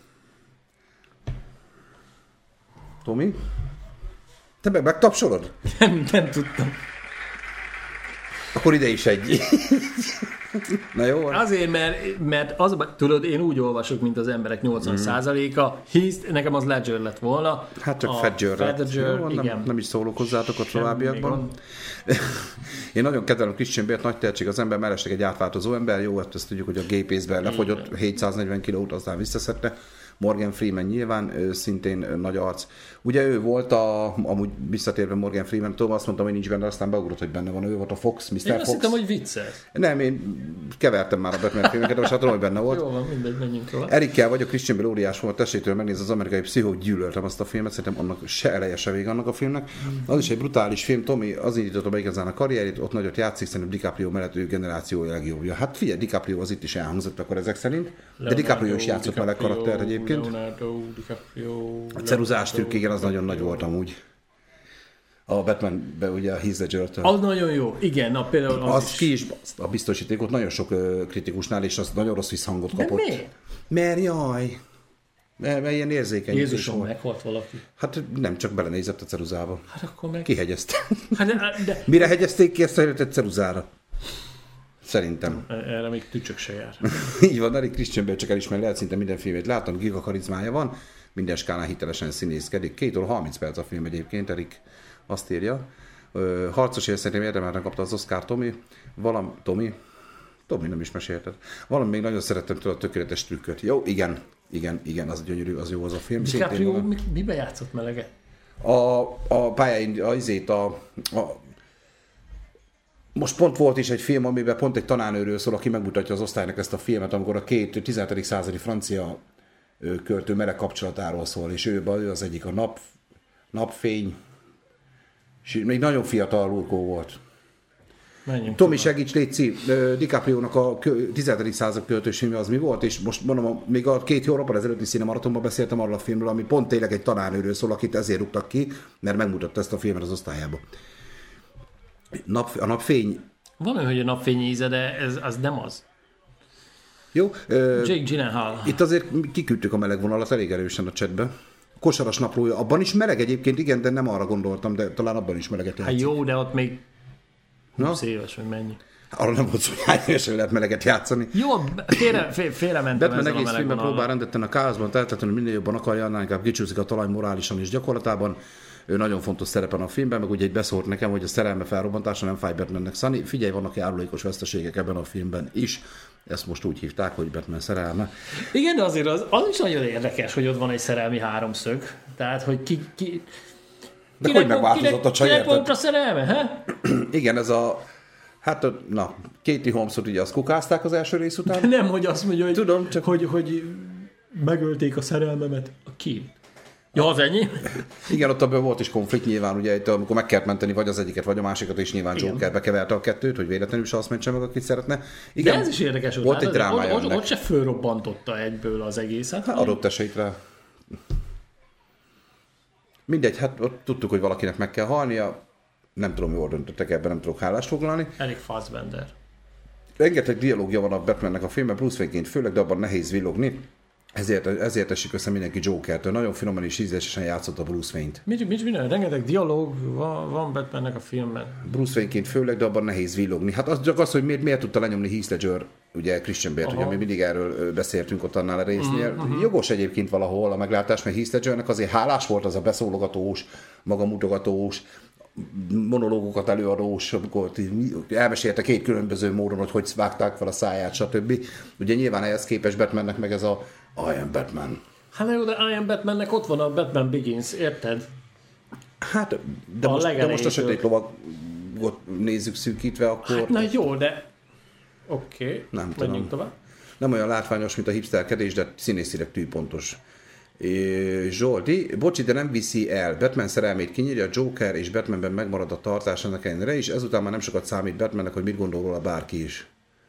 Tomi? Te meg megtapsolod? Nem, nem tudtam. Akkor ide is egy. Na jó. Azért, mert, mert az, tudod, én úgy olvasok, mint az emberek nyolcvan százaléka. Heath, nekem az Ledger lett volna. Hát csak Fedger. Nem, nem is szólok hozzátok a továbbiakban. Én nagyon kedvelem Christian Bale-t, nagy tehetség az ember, mellesleg egy átváltozó ember. Jó, hát ezt tudjuk, hogy a gépészben lefogyott, hétszáznegyven kilót, aztán visszaszedte. Morgan Freeman nyilván, szintén nagy arc. Ugye ő volt a, amúgy visszatérve Morgan Freeman, tudom, azt mondtam, hogy nincs benne, aztán beugrott, hogy benne van, ő volt a Fox, miszter Én Fox. azt hittem, hogy vicces. Nem, én kevertem már a Batman filmeket, de most hát tudom, hogy benne volt. Jó van, mindegy, menjünk róla. Erikkel vagyok, Christian Bale óriás volt, tessétől megnézni az Amerikai Pszichók, gyűlöltem azt a filmet, szerintem annak se eleje, se vége annak a filmnek. Az is egy brutális film, Tomi az indította be igazán a karrierét, ott nagyot játszik, szerintem DiCaprio mellett ő generációja legjobbja. Hát figyelj, DiCaprio az itt is elhangzott akkor ezek szerint, de Leonardo, DiCaprio is játszott meleg karakter egyébként. Leonardo, DiCaprio, a ceruzás trükk, igen, az nagyon nagy volt amúgy. A Batmanben ugye a Heath Ledger-től. Az nagyon jó, igen, na, például az, az is. ki is a biztosítékot nagyon sok uh, kritikusnál, és az nagyon rossz visszhangot kapott. De miért? Mert jaj, mert, mert ilyen érzékeny. Jézusom, meghalt valaki. Hát nem, csak belenézett a ceruzába. Hát akkor meg... Kihegyezte. Hát de, de... Mire hegyezték ki ezt a helyzetet ceruzára? Szerintem. Erre még tücsök se jár. Így van, Eric Christian Bale csak elismerni lehet szinte minden filmét. Látom, giga karizmája van, minden skálán hitelesen színészkedik. Két óra harminc perc a film egyébként, Eric azt írja. Harcos ér szerintem érdemelten kapta az Oscar Tomi. Valam... Tomi? Tomi nem is mesélted. Valami még nagyon szerettem tőle a tökéletes trükköt. Jó, igen, igen, igen, az gyönyörű, az jó az a film. DiCaprio mi, miben játszott melege? A, a pályáin, a izét, a, a most pont volt is egy film, amiben pont egy tanárnőről szól, aki megmutatja az osztálynak ezt a filmet, amikor a két tizenhetedik századi francia költő meleg kapcsolatáról szól, és ő, ő az egyik a nap, napfény, és még nagyon fiatal Lurkó volt. Menjünk Tomi, tovább. segíts, légy DiCaprio-nak a tizenhetedik század költős filmje az mi volt, és most mondom, még a két hónappal ezelőtti Cinemaratonban beszéltem arról a filmről, ami pont tényleg egy tanárnőről szól, akit ezért rúgtak ki, mert megmutatta ezt a filmet az osztályába. Nap, a napfény... Van olyan, hogy a napfény íze, de ez az nem az. Jó. Ö, Jake Gyllenhaal. Itt azért kiküldtük a meleg vonalat elég erősen a chatbe. Kosaras naplója, abban is meleg egyébként, igen, de nem arra gondoltam, de talán abban is meleget játszik. Hát jó, de ott még húsz éves, vagy mennyi. Arra nem volt szó, hogy hány évesen lehet meleget játszani. Jó, félre, fél, félre mentem Batman ezzel a egész filmben meleg próbál rendetten a káoszban, teltetlenül minél jobban akarja, annál inkább kicsúszik a talaj morálisan és gyakorlatában. Ő nagyon fontos szerepen a filmben, meg ugye egy beszólt nekem, hogy a szerelme felrobbantása nem fáj Batmannek. Sunny, figyelj, vannak járulékos veszteségek ebben a filmben is. Ezt most úgy hívták, hogy Batman szerelme. Igen, de azért az, az is nagyon érdekes, hogy ott van egy szerelmi háromszög. Tehát, hogy ki... ki de kinek, hogy megváltozott a csaj, kinek érted? volt a szerelme, he? Igen, ez a... Hát, na, Katie Holmesot ugye azt kukázták az első rész után. De nem, hogy azt mondja, hogy, Tudom, csak... hogy, hogy megölték a szerelmemet. A ki? Ja, az ennyi? Igen, ott abban volt is konflikt nyilván, ugye itt, amikor meg kellett menteni vagy az egyiket, vagy a másikat, és nyilván Joker bekeverte a kettőt, hogy véletlenül se azt mentse meg, akit szeretne. Igen, de ez is érdekes volt. Volt egy drámája ott, ott, ennek. ott se fölrobbantotta egyből az egészet. Hát, adott esélyt rá. Mindegy, hát ott tudtuk, hogy valakinek meg kell halnia. Nem tudom, jól döntöttek ebben, nem tudok hálást foglalni. Eric Fassbender. Rengeteg dialógia van a Batmannek a filmben, Bruce Wayne-ként főleg, de abban nehéz villogni. Ezért, ezért esik össze mindenki Jokertől. Nagyon finoman és ízlésesen játszott a Bruce Wayne-t. Mit, mit minden? Rengeteg dialóg van, van Batmannek a filmben. Bruce Wayne-ként főleg, de abban nehéz villogni. Hát az csak az, hogy miért, miért tudta lenyomni Heath Ledger, ugye Christian Bale-t, ugye mi mindig erről beszéltünk ott annál a résznél. Mm-hmm. Jogos egyébként valahol a meglátás, mert Heath Ledgernek azért hálás volt az a beszólogatós, magamutogatós, monológokat előadós, amikor elmesélte két különböző módon, hogy hogy vágták fel a száját, stb. Ugye nyilván ehhez képest Batmannek meg ez a I am Batman. Hát jó, de I am Batmannek ott van a Batman Begins, érted? Hát, de, A most, de most a legelejétől. sötét lovagot nézzük szűkítve, akkor... Hát na jó, de... Oké, okay. Nem menjünk tudom. tovább. Nem olyan látványos, mint a hipsterkedés, de színészileg tűpontos. É, Zsolti, bocsi, de nem viszi el. Batman szerelmét kinyírja, Joker és Batmanben megmarad a tartás ennek ellenére, és ezután már nem sokat számít Batmannek, hogy mit gondol róla bárki is.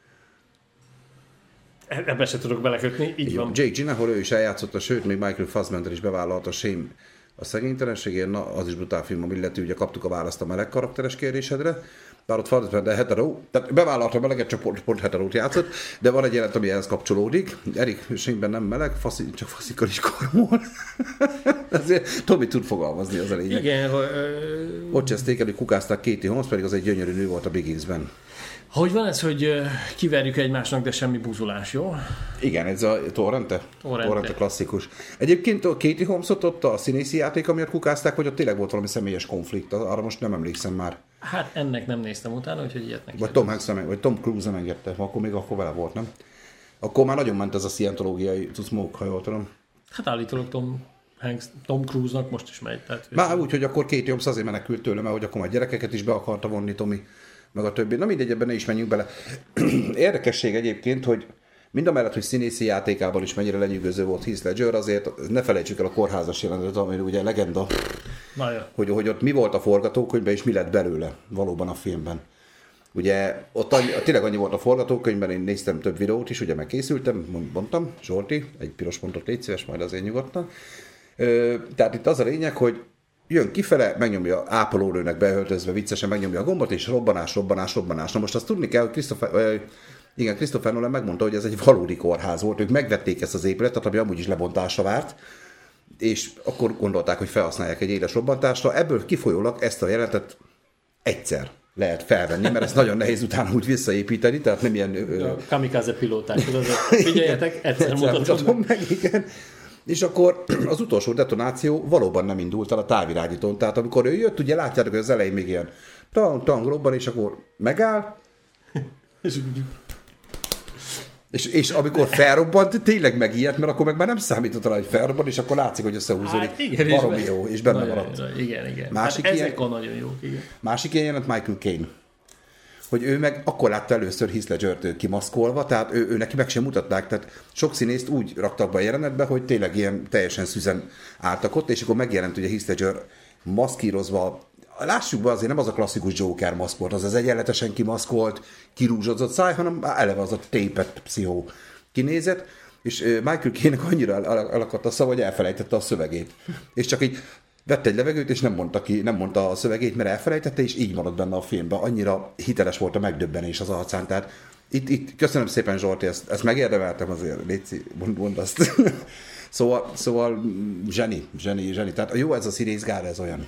Ebbe se tudok belekötni, így Jó. van. Jake Gyllenhaal, ő is eljátszotta, sőt, még Michael Fassbender is bevállalta a Shame a szegénytelenségért, na, az is brutál film, ami illeti, ugye kaptuk a választ a meleg karakteres kérdésedre, bár ott Fassbender hetero, tehát bevállalta a meleget, csak pont, pont heterót játszott, de van egy jelent, ami ehhez kapcsolódik. Erik Shane-ben nem meleg, faszi, csak faszikkal is kormol. Ezért Tomi tud fogalmazni, az a lényeg. Igen, hogy... Ott cseszték, hogy kukázták Katie Holmes, pedig az egy gyönyörű nő volt a Beginsben. Hogy van ez, hogy ö, kiverjük egymásnak, de semmi buzulás, jó? Igen, ez a Torrente? Torrente. Torrente klasszikus. Egyébként a Katie Holmesot ott a színészi játéka miatt kukázták, vagy ott tényleg volt valami személyes konflikt, arra most nem emlékszem már. Hát ennek nem néztem utána, úgyhogy ilyet neki. Vagy Tom Hanks nem, vagy Tom Cruise nem engedte, akkor még akkor vele volt, nem? Akkor már nagyon ment ez a szientológiai cucmók, ha jól tudom. Hát állítólag Tom Hanks, Tom Cruise-nak most is megy. Tehát, Már úgy, hogy akkor Katie Holmes azért menekült tőle, mert hogy akkor már gyerekeket is be akarta vonni Tomi, meg a többi. Na mindegy, ebben ne is menjünk bele. Érdekesség egyébként, hogy mindamellett, hogy színészi játékában is mennyire lenyűgöző volt Heath Ledger, azért ne felejtsük el a kórházas jelenetet, ami ugye legenda, hogy, hogy ott mi volt a forgatókönyvben, és mi lett belőle valóban a filmben. Ugye ott annyi, tényleg annyi volt a forgatókönyvben, én néztem több videót is, ugye megkészültem, mondtam, Zsolti, egy piros pontot légy szíves, majd azért nyugodtan. Tehát itt az a lényeg, hogy jön kifele, megnyomja ápolónőnek beöltözve, viccesen megnyomja a gombot, és robbanás, robbanás, robbanás. Na most azt tudni kell, hogy Christopher, igen, Christopher Nolan megmondta, hogy ez egy valódi kórház volt, ők megvették ezt az épületet, ami amúgy is lebontásra várt, és akkor gondolták, hogy felhasználják egy éles robbantásra. Ebből kifolyólag ezt a jelenetet egyszer lehet felvenni, mert ezt nagyon nehéz utána úgy visszaépíteni, tehát nem ilyen... A kamikaze pilóták, tudod, figyeljetek, egyszer mutatom meg. meg. Igen. És akkor az utolsó detonáció valóban nem indult el a távirányítón. Tehát amikor ő jött, ugye látjátok, hogy az elején még ilyen tang, tang, robban, és akkor megáll, és, és amikor felrobbant, tényleg megijedt, mert akkor meg már nem számított rá, hogy felrobbant, és akkor látszik, hogy összehúzódik. Hát igen, baromi jó, és benne nagyon, maradt. Igen, igen. Másik hát ilyen, ezek a nagyon jók, igen. Másik ilyen jelent Michael Caine. hogy ő meg akkor látta először Heath Ledgert kimaszkolva, tehát ő, ő neki meg sem mutatták, tehát sok színészt úgy raktak be a jelenetbe, hogy tényleg ilyen teljesen szüzen álltak ott, és akkor megjelent ugye Heath Ledger maszkírozva. Lássuk be, azért nem az a klasszikus Joker maszk volt, az az egyenletesen kimaszkolt, kirúzsodzott száj, hanem eleve az a tépet pszichó kinézett, és Michael Caine-nek annyira elakadt a szava, hogy elfelejtette a szövegét. És csak így vette egy levegőt, és nem mondta ki, nem mondta a szövegét, mert elfelejtette, és így maradt benne a filmben. Annyira hiteles volt a megdöbbenés az arcán. Tehát itt, itt köszönöm szépen, Zsolti, ezt, ezt megérdemeltem azért, Léci, mond, mond azt. szóval, szóval zseni, zseni, zseni. Tehát jó ez a színészgár, ez olyan.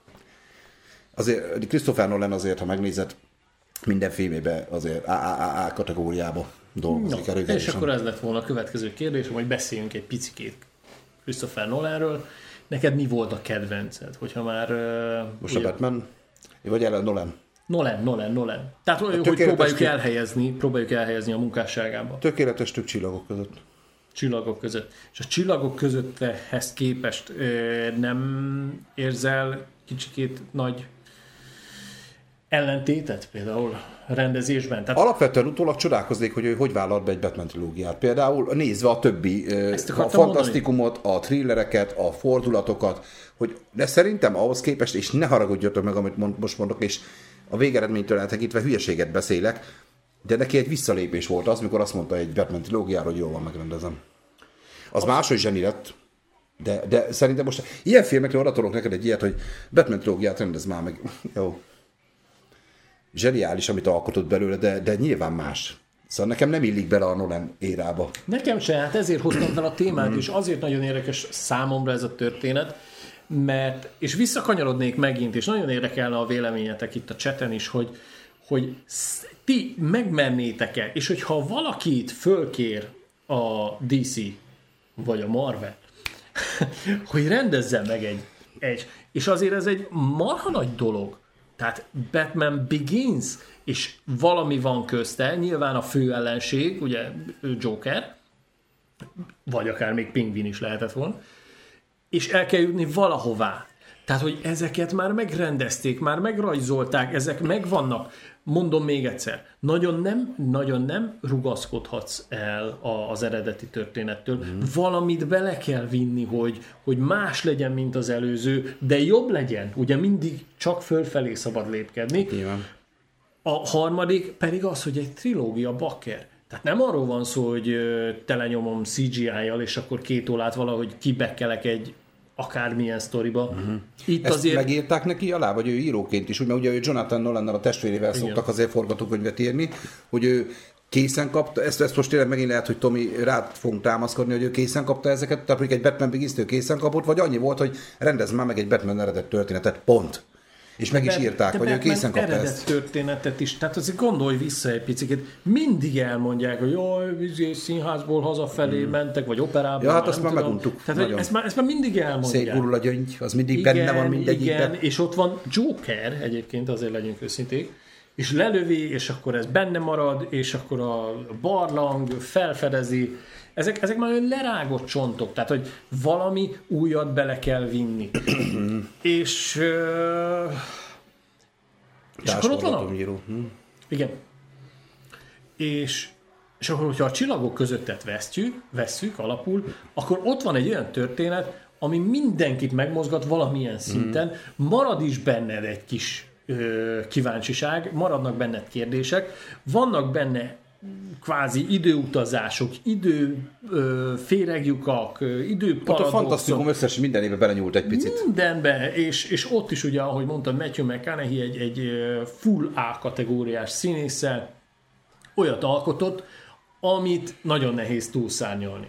Azért Christopher Nolan azért, ha megnézed, minden filmében azért A kategóriába dolgozik. No, és akkor ez lett volna a következő kérdés, hogy beszéljünk egy picikét Christopher Nolanről. Neked mi volt a kedvenced? Hogyha már... Uh, Most ugye... a Batman? Vagy el Nolan? Nolan, Nolan, Nolan. Tehát, hogy próbáljuk tük... elhelyezni, próbáljuk elhelyezni a munkásságába. Tökéletes tük csillagok között. Csillagok között. És a csillagok közötthez képest uh, nem érzel kicsikét nagy ellentétet például rendezésben? Tehát... Alapvetően utólag csodálkoznék, hogy ő hogy vállalt be egy Batman trilógiát. Például nézve a többi, a fantasztikumot, mondani. A thrillereket, a fordulatokat, hogy de szerintem ahhoz képest, és ne haragudjatok meg, amit mond, most mondok, és a végeredménytől eltekintve hülyeséget beszélek, de neki egy visszalépés volt az, mikor azt mondta egy Batman trilógiára, hogy jól van, megrendezem. Az a... máshogy zseni lett, de, de szerintem most ilyen filmekre oda tolok neked egy ilyet, hogy Batman trilógiát rendez már meg. Jó. Zseniális, amit alkotott belőle, de, de nyilván más. Szóval nekem nem illik bele a Nolan érába. Nekem se, hát ezért hoztam fel a témát, és azért nagyon érdekes számomra ez a történet, mert, és visszakanyarodnék megint, és nagyon érdekelne a véleményetek itt a chaten is, hogy, hogy ti megmennétek-e, és hogyha valakit fölkér a dé cé, vagy a Marvel, hogy rendezzen meg egy, egy, és azért ez egy marha nagy dolog. Tehát Batman Begins, és valami van közte, nyilván a fő ellenség, ugye Joker, vagy akár még Pingvin is lehetett volna, és el kell jutni valahová. Tehát, hogy ezeket már megrendezték, már megrajzolták, ezek megvannak. Mondom még egyszer, nagyon nem, nagyon nem rugaszkodhatsz el az eredeti történettől. Mm. Valamit bele kell vinni, hogy, hogy más legyen, mint az előző, de jobb legyen. Ugye mindig csak fölfelé szabad lépkedni. Igen. A harmadik pedig az, hogy egy trilógia bakker. Tehát nem arról van szó, hogy telenyomom cé gé í-jal, és akkor két ólát valahogy kibekkelek egy akármilyen sztoriba. Uh-huh. Itt Ezt azért... megírták neki alá, vagy ő íróként is, úgy, mert ugye ő Jonathan Nolannal, a testvérével igen. szoktak azért forgatókönyvet írni, hogy ő készen kapta, ezt, ezt most tényleg megint lehet, hogy Tomi rád fogunk támaszkodni, hogy ő készen kapta ezeket, tehát mondjuk egy Batman Begins-t ő készen kapott, vagy annyi volt, hogy rendezz már meg egy Batman eredet történetet, pont. És meg is írták, hogy ő készen kapta eredet ezt. történetet is, tehát azért gondolj vissza egy picit, mindig elmondják, hogy jaj, színházból hazafelé hmm. mentek, vagy operából. Ja, hát azt már meguntuk. Tehát ezt már, ezt már mindig elmondják. Szép gurul a gyöngy, az mindig igen, benne van mindegyikben. Igen, és ott van Joker egyébként, azért legyünk őszinték, és lelövi, és akkor ez benne marad, és akkor a barlang felfedezi. Ezek, ezek már olyan lerágott csontok, tehát, hogy valami újat bele kell vinni. és uh, és akkor ott van a... Hm. Igen. És, és akkor, hogyha a csillagok közöttet vesztjük, vesszük alapul, akkor ott van egy olyan történet, ami mindenkit megmozgat valamilyen szinten, mm. marad is benned egy kis ö, kíváncsiság, maradnak benned kérdések, vannak benne kvázi időutazások, idő ö, féregjukak, időparadoxok. Ott a fantasztikum összes mindenébe belenyúlt egy picit. Mindenbe, és, és ott is ugye, ahogy mondtam, Matthew McConaughey egy, egy full A kategóriás színésszel olyat alkotott, amit nagyon nehéz túlszárnyalni.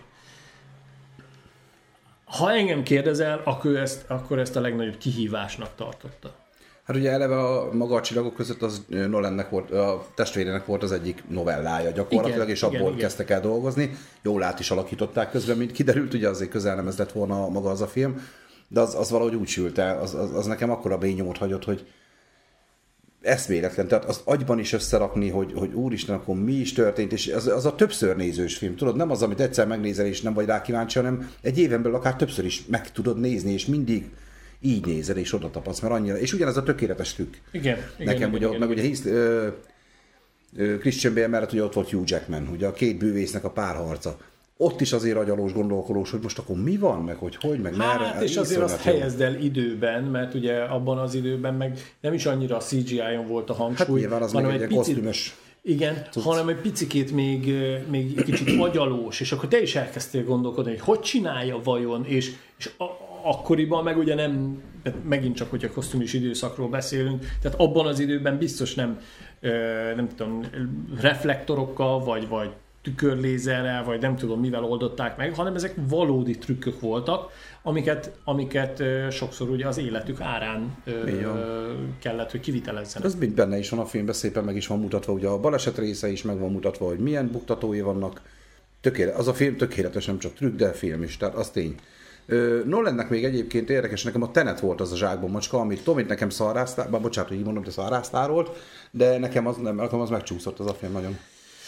Ha engem kérdezel, akkor ezt, akkor ezt a legnagyobb kihívásnak tartotta. Hát ugye eleve a maga a csillagok között az Nolannek volt, a testvérének volt az egyik novellája gyakorlatilag, igen, és abból igen, kezdtek el dolgozni. Jól át is alakították közben, mint kiderült, ugye azért közel nem ez lett volna maga az a film, de az, az valahogy úgy sült el, az, az, az nekem akkora bényomot hagyott, hogy eszméletlen, tehát azt agyban is összerakni, hogy, hogy úristen, akkor mi is történt, és az, az a többször nézős film, tudod, nem az, amit egyszer megnézel, és nem vagy rá kíváncsi, hanem egy éven belül akár többször is meg tudod nézni, és mindig így nézel, és oda tapasztsz, mert annyira, és ugyanez a tökéletes trükk. Igen. Nekem igen, ugye, igen, meg igen. ugye hisz, ö, Christian Bale mellett ugye ott volt Hugh Jackman, ugye a két bűvésznek a párharca. Ott is azért agyalós, gondolkolós, hogy most akkor mi van, meg hogy hogy, meg hát, merre. Hát és azért azt helyezd el időben, mert ugye abban az időben meg nem is annyira a cé gé í-on volt a hangsúly, hát nyilván az hanem meg egy picit, kosztümös. Igen, tudsz. Hanem egy picikét még, még egy kicsit agyalós, és akkor te is elkezdtél gondolkodni, hogy hogy csinálja vajon, és, és a, akkoriban meg ugye nem, megint csak, hogyha kosztümis időszakról beszélünk, tehát abban az időben biztos nem, nem tudom, reflektorokkal, vagy, vagy tükörlézerrel, vagy nem tudom mivel oldották meg, hanem ezek valódi trükkök voltak, amiket, amiket sokszor ugye az életük árán kellett, hogy kivitelezzenek. Ez mind benne is van a filmben, szépen meg is van mutatva, ugye a baleset része is meg van mutatva, hogy milyen buktatói vannak. Tökéletes, az a film tökéletes, nem csak trükk, de film is, tehát az tény. Nolannek még egyébként érdekes, nekem a Tenet volt az a zsákban macska, amit Tomit nekem szarráztál, bár bocsánat, hogy így mondom, de szarráztál volt, de nekem az, nem, nekem az megcsúszott az a film nagyon.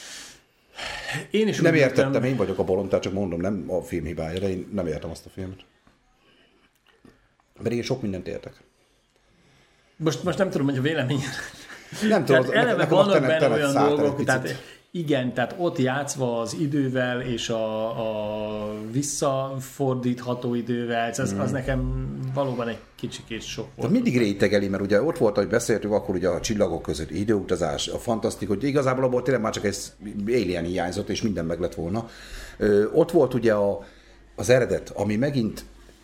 Én is nem értettem, értem. Én vagyok a bolond, tehát csak mondom, nem a film hibája, de én nem értem azt a filmet. Mert én sok mindent értek. Most, most nem tudom, hogy a vélemény. Nem tudom, tehát eleve nekem vannak tenet, benne olyan dolgok, tehát igen, tehát ott játszva az idővel és a, a visszafordítható idővel, az, mm. az nekem valóban egy kicsikét sok volt. Tehát mindig rétegeli, mert ugye ott volt, ahogy beszéltük, akkor ugye a csillagok között időutazás, a fantasztikus, hogy igazából abból tényleg már csak egy alien hiányzott, és minden meg lett volna. Ö, ott volt ugye a, az eredet, ami megint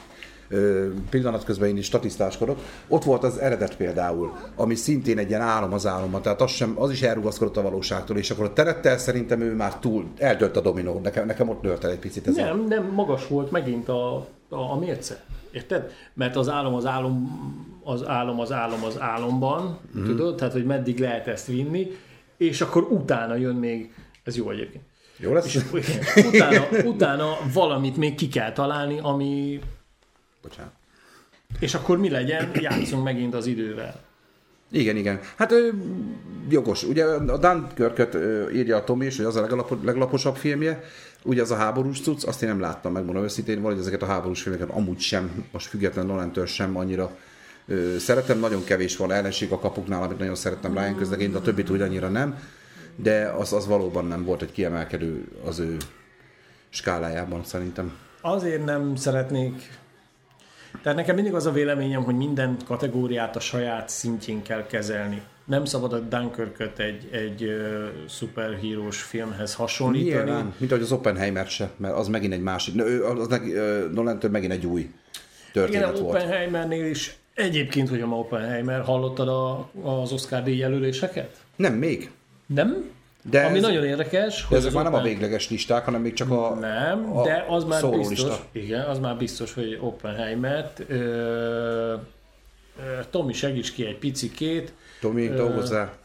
pillanat közben én is statisztáskodok. Ott volt az eredet például, ami szintén egy ilyen álom az álomban, tehát az, sem, az is elrugaszkodott a valóságtól, és akkor a Tenettel szerintem ő már túl eltölt a dominó, nekem, nekem ott nőtt el egy picit ez. Nem, a... nem, magas volt megint a, a, a mérce. Érted? Mert az álom az álom, az álom az álom az álomban, mm. tudod? Tehát, hogy meddig lehet ezt vinni, és akkor utána jön még, ez jó egyébként. Jó lesz? És, utána, utána valamit még ki kell találni, ami Bocsánat. És akkor mi legyen? Játszunk megint az idővel. Igen, igen. Hát ő, jogos. Ugye a Dunkirköt írja a Tomi is, hogy az a legalap, leglaposabb filmje. Ugye az a háborús cucc, azt én nem láttam, megmondom őszintén, valahogy ezeket a háborús filmeket amúgy sem, most független Nolantől sem annyira ö, szeretem. Nagyon kevés van ellenség a kapuknál, amit nagyon szerettem Ryan közlegény, de a többit úgy annyira nem. De az, az valóban nem volt egy kiemelkedő az ő skálájában szerintem. Azért nem szeretnék... Tehát nekem mindig az a véleményem, hogy minden kategóriát a saját szintjén kell kezelni. Nem szabad a Dunkirköt egy, egy uh, szuperhírós filmhez hasonlítani. Nyilván, mint ahogy az Oppenheimer se, mert az megint egy másik, az uh, Nolantől megint egy új történet igen, volt. Igen, Oppenheimernél is. Egyébként, hogy a Oppenheimer, hallottad a, az Oscar díj jelöléseket? Nem, még. Nem? De Ami ez, nagyon érdekes. De ezek már nem a végleges listák, hanem még csak a Nem, a de az már biztos, lista. Igen, az már biztos, hogy Oppenheimert. Ö, ö, Tomi, segíts ki egy picikét. Tomi, dolgozzál.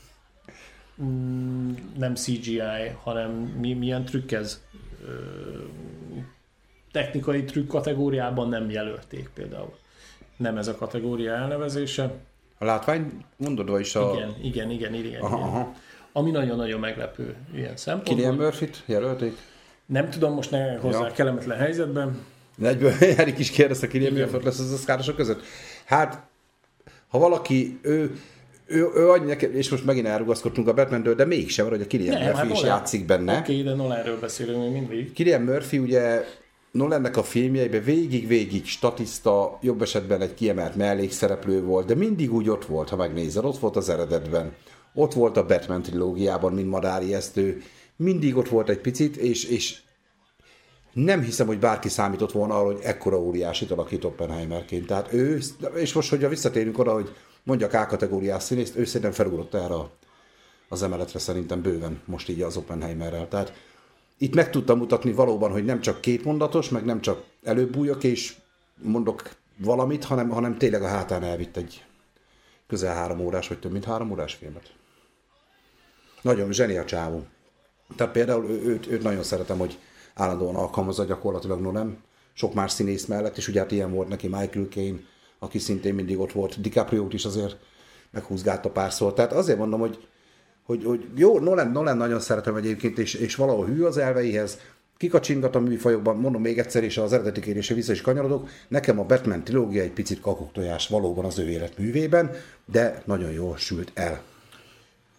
Nem cé gé í, hanem mi, milyen trükk ez? Ö, technikai trükk kategóriában nem jelölték például. Nem ez a kategória elnevezése. A látvány, mondod, vagy is a... Igen, igen, igen, igen. Aha, igen. aha. Ami nagyon-nagyon meglepő ilyen szempontból. Cillian Murphyt jelölték? Nem tudom, most ne hozzá ja. kellemetlen helyzetben. Egyből Erik is kérdezte, Cillian Murphy lesz az oszkárosok között. Hát, ha valaki, ő, ő, ő adja nekem, és most megint elrugaszkodtunk a Batman-től, de mégsem, hogy a Cillian Murphy hát is Nolan. játszik benne. Oké, okay, de Nolanről beszélünk még mindig. Cillian Murphy ugye Nolannek a filmjeiben végig-végig statiszta, jobb esetben egy kiemelt mellékszereplő volt, de mindig úgy ott volt, ha megnézed, ott volt az eredetben. Ott volt a Batman trilógiában, mint madárijesztő. Mindig ott volt egy picit, és, és nem hiszem, hogy bárki számított volna arra, hogy ekkora óriásit alakít Oppenheimerként. Tehát ő, és most, hogyha visszatérünk oda, hogy mondjak A-kategóriás színészt, ő szerintem felugrott erre az emeletre szerintem bőven most így az Oppenheimerrel. Tehát itt meg tudtam mutatni valóban, hogy nem csak kétmondatos, meg nem csak előbújok és mondok valamit, hanem, hanem tényleg a hátán elvitt egy közel három órás, vagy több mint három órás filmet. Nagyon zseni a csávó. Tehát például ő, őt, őt nagyon szeretem, hogy állandóan alkalmazza gyakorlatilag Nolan, sok más színész mellett, és ugye hát ilyen volt neki Michael Caine, aki szintén mindig ott volt, DiCaprio-t is azért meghúzgálta párszor. Tehát azért mondom, hogy, hogy, hogy jó, Nolan, Nolan nagyon szeretem egyébként, és, és valahol hű az elveihez, kikacsingat a műfajokban, mondom még egyszer, és az eredeti kérdésre vissza is kanyarodok, nekem a Batman trilógia egy picit kakuktojás valóban az ő életművében, de nagyon jól sült el.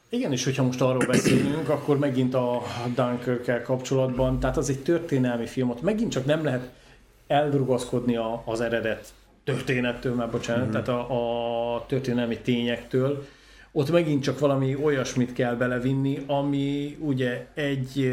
Igen, és hogyha most arról beszélünk, akkor megint a Dunkirkkel kapcsolatban, tehát az egy történelmi film, ott megint csak nem lehet elrugaszkodni a, az eredet történettől, már bocsánat, mm. tehát a, a történelmi tényektől. Ott megint csak valami olyasmit kell belevinni, ami ugye egy,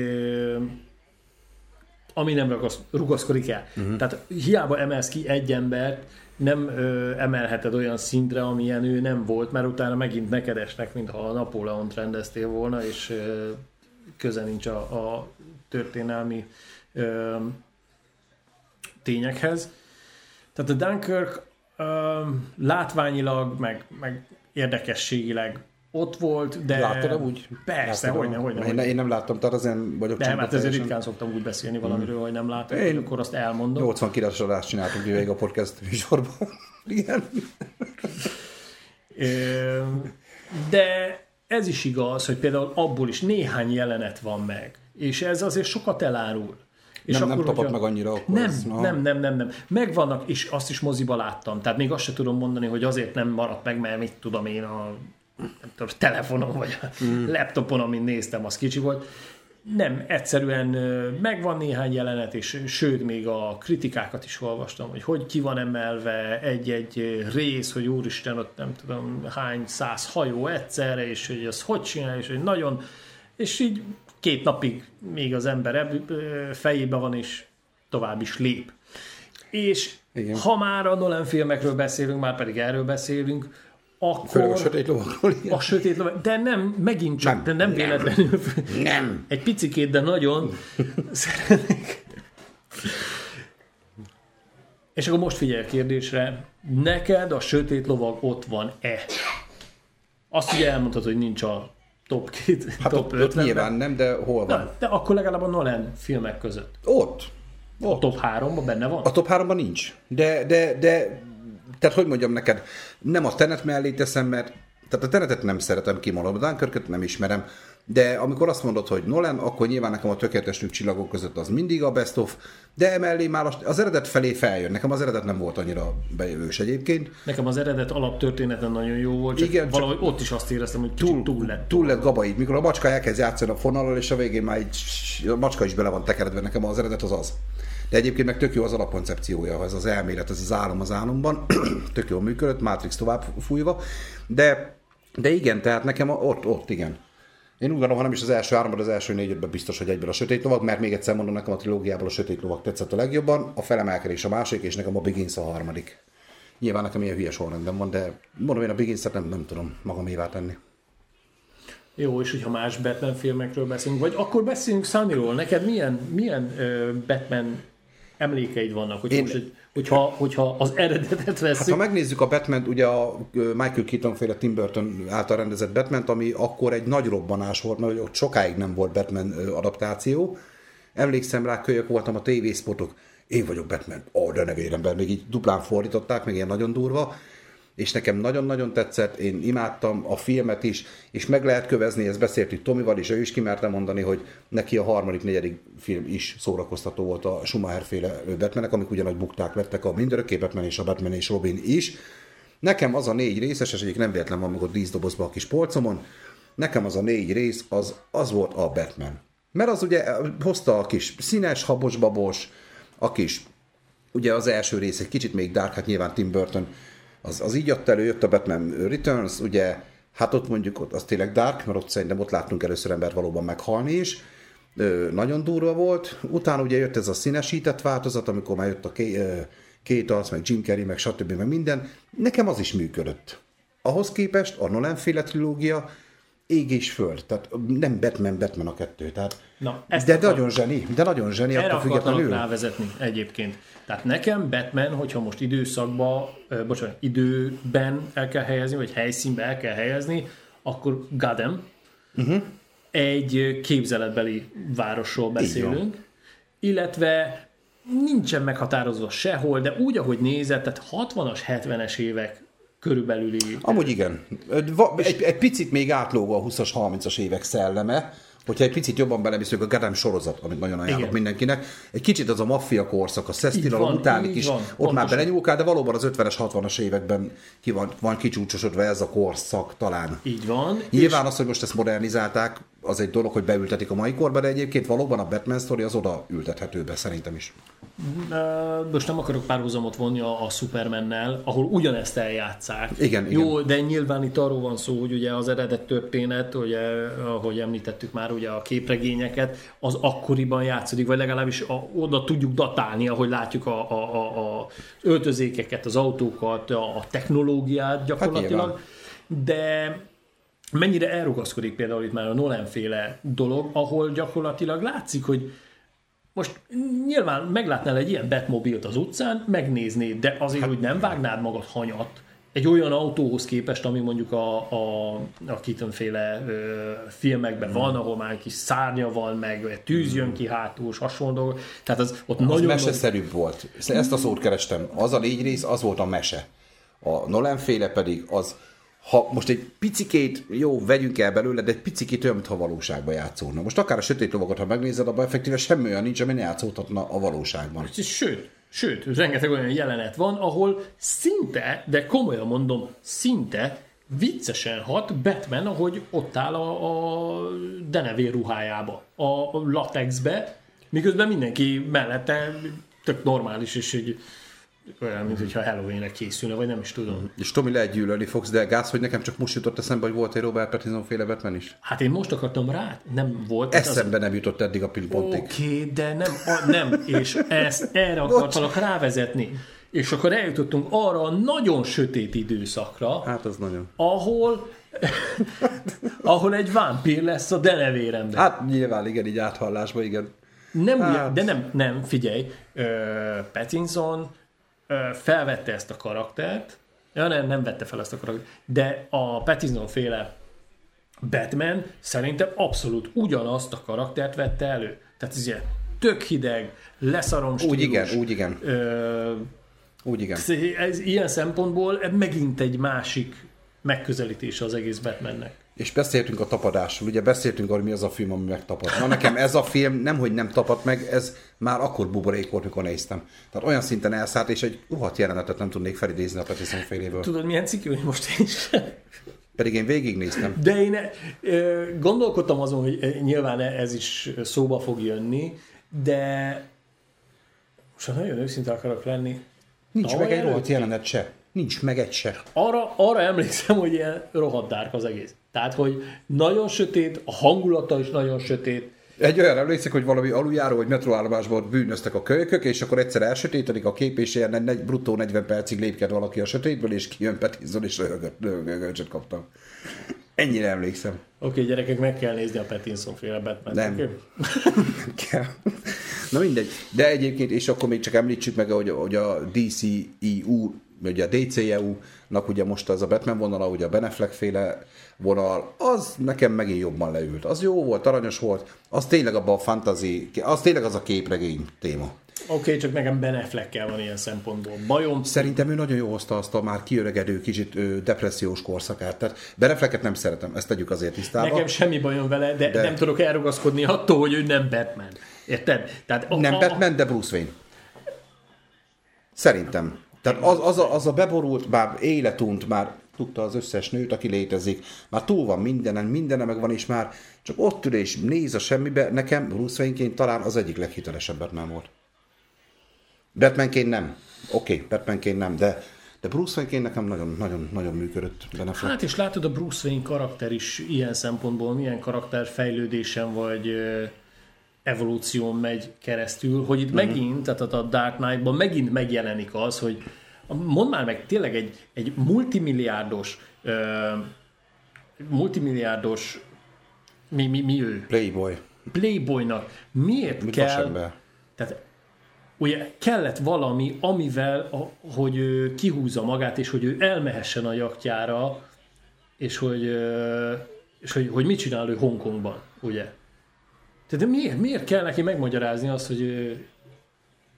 ami nem rugaszkodik el. Mm. Tehát hiába emelsz ki egy embert, nem ö, emelheted olyan szintre, amilyen ő nem volt, mert utána megint neked esnek, mintha a Napóleont rendeztél volna, és ö, köze nincs a, a történelmi ö, tényekhez. Tehát a Dunkirk ö, látványilag, meg, meg érdekességileg ott volt, de... Láttad úgy? Persze, hogyne, hogyne. Én, én nem láttam, tehát azért vagyok de, mert ezért ritkán szoktam úgy beszélni valamiről, mm. hogy nem látom, én akkor azt elmondom. nyolcvankilenc adást csináltunk végig a podcast műsorban. Igen. De ez is igaz, hogy például abból is néhány jelenet van meg, és ez azért sokat elárul. És nem, akkor, nem tapad hogyha... meg annyira akkor nem, ez, no. nem, nem, nem, nem. Megvannak, és azt is moziba láttam. Tehát még azt sem tudom mondani, hogy azért nem maradt meg, mert mit tudom én a nem tudom, telefonon vagy a mm. laptopon, amin néztem, az kicsi volt. Nem, egyszerűen megvan néhány jelenet, és sőt, még a kritikákat is olvastam, hogy hogy ki van emelve egy-egy rész, hogy úristen, ott nem tudom hány száz hajó egyszerre, és hogy az hogy csinál, és hogy nagyon, és így két napig még az ember fejében van, és tovább is lép. És igen. Ha már a Nolan filmekről beszélünk, már pedig erről beszélünk, akkor a sötét lovagról, a sötét lovag, de nem, megint csak, nem, de nem, nem véletlenül. Nem. Egy picikét, de nagyon szeretnék. És akkor most figyelj a kérdésre, neked a sötét lovag ott van-e? Azt ugye elmondtad, hogy nincs a top két, hát top ott, ott nyilván nem, de hol van? Na, de akkor legalább a Nolan filmek között. Ott. ott. A top háromban benne van? A top háromban nincs. De, de, de tehát hogy mondjam neked, nem a Tenet mellé teszem, mert tehát a Tenetet nem szeretem kimondani, a Dunkirköt nem ismerem, de amikor azt mondod, hogy Nolan, akkor nyilván nekem a Tökéletes nők csillagok között az mindig a best of, de emellé már az eredet felé feljön. Nekem az eredet nem volt annyira bejövős egyébként. Nekem az eredet alaptörténeten nagyon jó volt, csak igen, valahogy csak ott is azt éreztem, hogy túl, túl lett. Túl lett gabaid. Mikor a macska elkezd játszani a fonallal, és a végén már egy, a macska is bele van tekeredve, nekem az eredet az az. De egyébként meg tök jó az alapkoncepciója, ez az elmélet, ez az álom az álomban, tök jól működött, Matrix tovább fújva, de, de igen, tehát nekem ott, ott igen. Én úgy gondolom, ha nem is az első háromban, az első négyben biztos, hogy egyben a sötét lovag, mert még egyszer mondom, nekem a trilógiából a sötét lovag tetszett a legjobban, a felemelkedés a másik, és nekem a Begins a harmadik. Nyilván nekem ilyen hülye sorrendben van, de mondom, én a Beginset nem, nem tudom magamévá tenni. Jó, és hogyha más Batman filmekről beszélünk, vagy akkor beszélünk Sunnyról. Neked milyen, milyen uh, Batman emlékeid vannak, hogy Én... most, hogyha, hogyha az eredetet veszünk? Hát, ha megnézzük a Batman, ugye a Michael Keaton féle Tim Burton által rendezett Batman, ami akkor egy nagy robbanás volt, mert ott sokáig nem volt Batman adaptáció. Emlékszem rá, kölyök voltam a tévészpotok. Én vagyok Batman. Ó, de nevéremben, még így duplán fordították, meg ilyen nagyon durva. És nekem nagyon-nagyon tetszett, én imádtam a filmet is, és meg lehet kövezni, ezt beszéltük Tomival is, ő is kimerte mondani, hogy neki a harmadik, negyedik film is szórakoztató volt a Schumacher-féle Batmanek, amik ugyanagy bukták lettek, a Mindörökké Batman és a Batman és Robin is. Nekem az a négy részes, és egyik nem véletlen van meg a díszdobozban a kis polcomon, nekem az a négy rész, az, az volt a Batman. Mert az ugye hozta a kis színes, habos-babos, a kis, ugye az első rész egy kicsit még dark, hát nyilván Tim Burton, Az, az így jött elő, jött a Batman Returns, ugye, hát ott mondjuk ott az tényleg dark, mert ott szerintem ott láttunk először embert valóban meghalni is. Ö, nagyon durva volt. Utána ugye jött ez a színesített változat, amikor már jött a Kate Arc, meg Jim Carrey, meg stb. Meg minden. Nekem az is működött. Ahhoz képest a Nolan-féle trilógia ég és föld. Tehát nem Batman, Batman a kettő. Tehát, Na, de akar... nagyon zseni, de nagyon zseni. Erre akartalak rávezetni egyébként. Tehát nekem Batman, hogyha most időszakba, uh, bocsánat, időben el kell helyezni, vagy helyszínbe el kell helyezni, akkor Gotham, uh-huh. egy képzeletbeli városról beszélünk, illetve nincsen meghatározva sehol, de úgy, ahogy nézett, tehát hatvanas, hetvenes évek körülbelüli... Amúgy igen. Egy, egy picit még átlóg a húszas, harmincas évek szelleme, Hogyha egy picit jobban beleviszünk, a Gotham sorozat, amit nagyon ajánlok Igen. mindenkinek, egy kicsit az a maffia korszak, a szesztilalom utánig is, van, ott pontosan. Már belenyúlkál, de valóban az ötvenes, hatvanas években ki van, van kicsúcsosodva ez a korszak talán. Így van. Nyilván az, hogy most ezt modernizálták, az egy dolog, hogy beültetik a mai korba, de egyébként valóban a Batman sztori az oda ültethető be, szerintem is. Most nem akarok párhuzamot vonni a, a Supermannel, ahol ugyanezt eljátszák. Igen, Jó, igen. de nyilván itt arról van szó, hogy ugye az eredet történet, ugye, ahogy említettük már ugye a képregényeket, az akkoriban játszódik, vagy legalábbis a, oda tudjuk datálni, ahogy látjuk a, a, a, a öltözékeket, az autókat, a, a technológiát gyakorlatilag. Hát de mennyire elrugaszkodik például itt már a Nolan-féle dolog, ahol gyakorlatilag látszik, hogy most nyilván meglátnál egy ilyen Batmobilt az utcán, megnéznéd, de azért, hát, hogy nem vágnád magad hanyat egy olyan autóhoz képest, ami mondjuk a, a, a Keaton-féle ö, filmekben hmm. van, ahol már egy kis szárnya van, meg tűz jön ki hátul, hasonló dolgok. Tehát az ott az nagyon... meseszerűbb volt. Ezt a szót kerestem. Az a négy rész, az volt a mese. A Nolan-féle pedig az, ha most egy picikét, jó, vegyünk el belőle, de egy picikét olyan, mintha a valóságban játszódna. Most akár a Sötét Lovagot, ha megnézed, abban effektíve semmi olyan nincs, ami ne játszódhatna a valóságban. Sőt, sőt, rengeteg olyan jelenet van, ahol szinte, de komolyan mondom, szinte viccesen hat Batman, ahogy ott áll a, a denevér ruhájába, a latexbe, miközben mindenki mellette tök normális, és egy olyan, mint hogyha Halloween-re készülne, vagy nem is tudom. Mm. És Tomi, lehet gyűlölni fogsz, de gáz, hogy nekem csak most jutott eszembe, hogy volt egy Robert Pattinson-féle Batman is. Hát én most akartam rá, nem volt. Eszembe az... nem jutott eddig a pontig. Oké, okay, de nem, a, nem, és ezt erre akartalak rávezetni. És akkor eljutottunk arra a nagyon sötét időszakra, hát az nagyon. ahol ahol egy vámpír lesz a denevéremben. Hát nyilván, igen, így áthallásban, igen. Nem hát. Ugye, de nem, nem, figyelj, uh, Pattinson felvette ezt a karaktert, ja, nem, nem vette fel ezt a karaktert, de a Pattinson-féle Batman szerintem abszolút ugyanazt a karaktert vette elő. Tehát ez ilyen tök hideg, leszarom stílus. Úgy igen, úgy igen. Ö, úgy igen. Ez ilyen szempontból megint egy másik megközelítése az egész Batmannek. És beszéltünk a tapadásról, ugye beszéltünk arról, mi az a film, ami megtapad. Na nekem ez a film nemhogy nem tapadt meg, ez már akkor buborék volt, mikor néztem. Tehát olyan szinten elszállt, és egy rohadt jelenetet nem tudnék felidézni a Pattinson féléből. Tudod, milyen cikk, hogy most is? Pedig én végignéztem. De én gondolkodtam azon, hogy nyilván ez is szóba fog jönni, de most nagyon őszinte akarok lenni. Nincs Tavaly meg egy rohadt jelenet se. Nincs meg egy se. Arra, arra emlékszem, hogy ilyen rohadt dárk az egész. Tehát, hogy nagyon sötét, a hangulata is nagyon sötét. Egy olyan emlékszik, hogy valami aluljáró vagy metróállomásban bűnöztek a kölykök, és akkor egyszer elsötétedik a kép, és ilyen bruttó negyven percig lépked valaki a sötétből, és kijön Pattinson, és röhögöcsöt kaptam. Ennyire emlékszem. Oké, okay, gyerekek, meg kell nézni a Pattinson-féle Batman-t. Nem. Okay? kell. Na mindegy. De egyébként, és akkor még csak említsük meg, hogy, hogy a dé cé é u, ugye a dé cé é u-nak ugye most az a Batman vonala, ugye a Ben Affleck-féle vonal, az nekem megint jobban leült. Az jó volt, aranyos volt, az tényleg abban a fantasy, az tényleg az a képregény téma. Oké, okay, csak nekem Ben Affleckkel van ilyen szempontból bajom. Szerintem ő nagyon jó hozta azt a már kiöregedő, kicsit ő, depressziós korszakát. Tehát Ben Afflecket nem szeretem, ezt tegyük azért tisztába. Nekem semmi bajom vele, de, de... nem tudok elrugaszkodni attól, hogy ő nem Batman. Érted? Tehát a, nem a... Batman, de Bruce Wayne. Szerintem. Tehát az, az, a, az a beborult, már életunt, már tudta az összes nőt, aki létezik, már túl van mindenen, mindene meg van, és már csak ott ül és néz a semmibe. Nekem Bruce Wayne-ként talán az egyik leghitelesebb Batman volt. Batmanként nem. Oké, okay, Batmanként nem, de, de Bruce Wayne-ként nekem nagyon-nagyon működött Ben Affleck. Hát és látod, a Bruce Wayne karakter is ilyen szempontból, milyen karakterfejlődésen vagy evolúción megy keresztül, hogy itt uh-huh. megint, tehát a Dark Knight-ban megint megjelenik az, hogy mondd már meg, tényleg egy, egy multimilliárdos uh, multimilliárdos mi, mi, mi ő? Playboy. Playboynak miért Mit kell... Tehát ugye kellett valami, amivel, a, hogy ő kihúzza magát, és hogy ő elmehessen a jachtjára, és hogy, és hogy, hogy mit csinál ő Hongkongban, ugye? Tehát de miért, miért kell neki megmagyarázni azt, hogy ő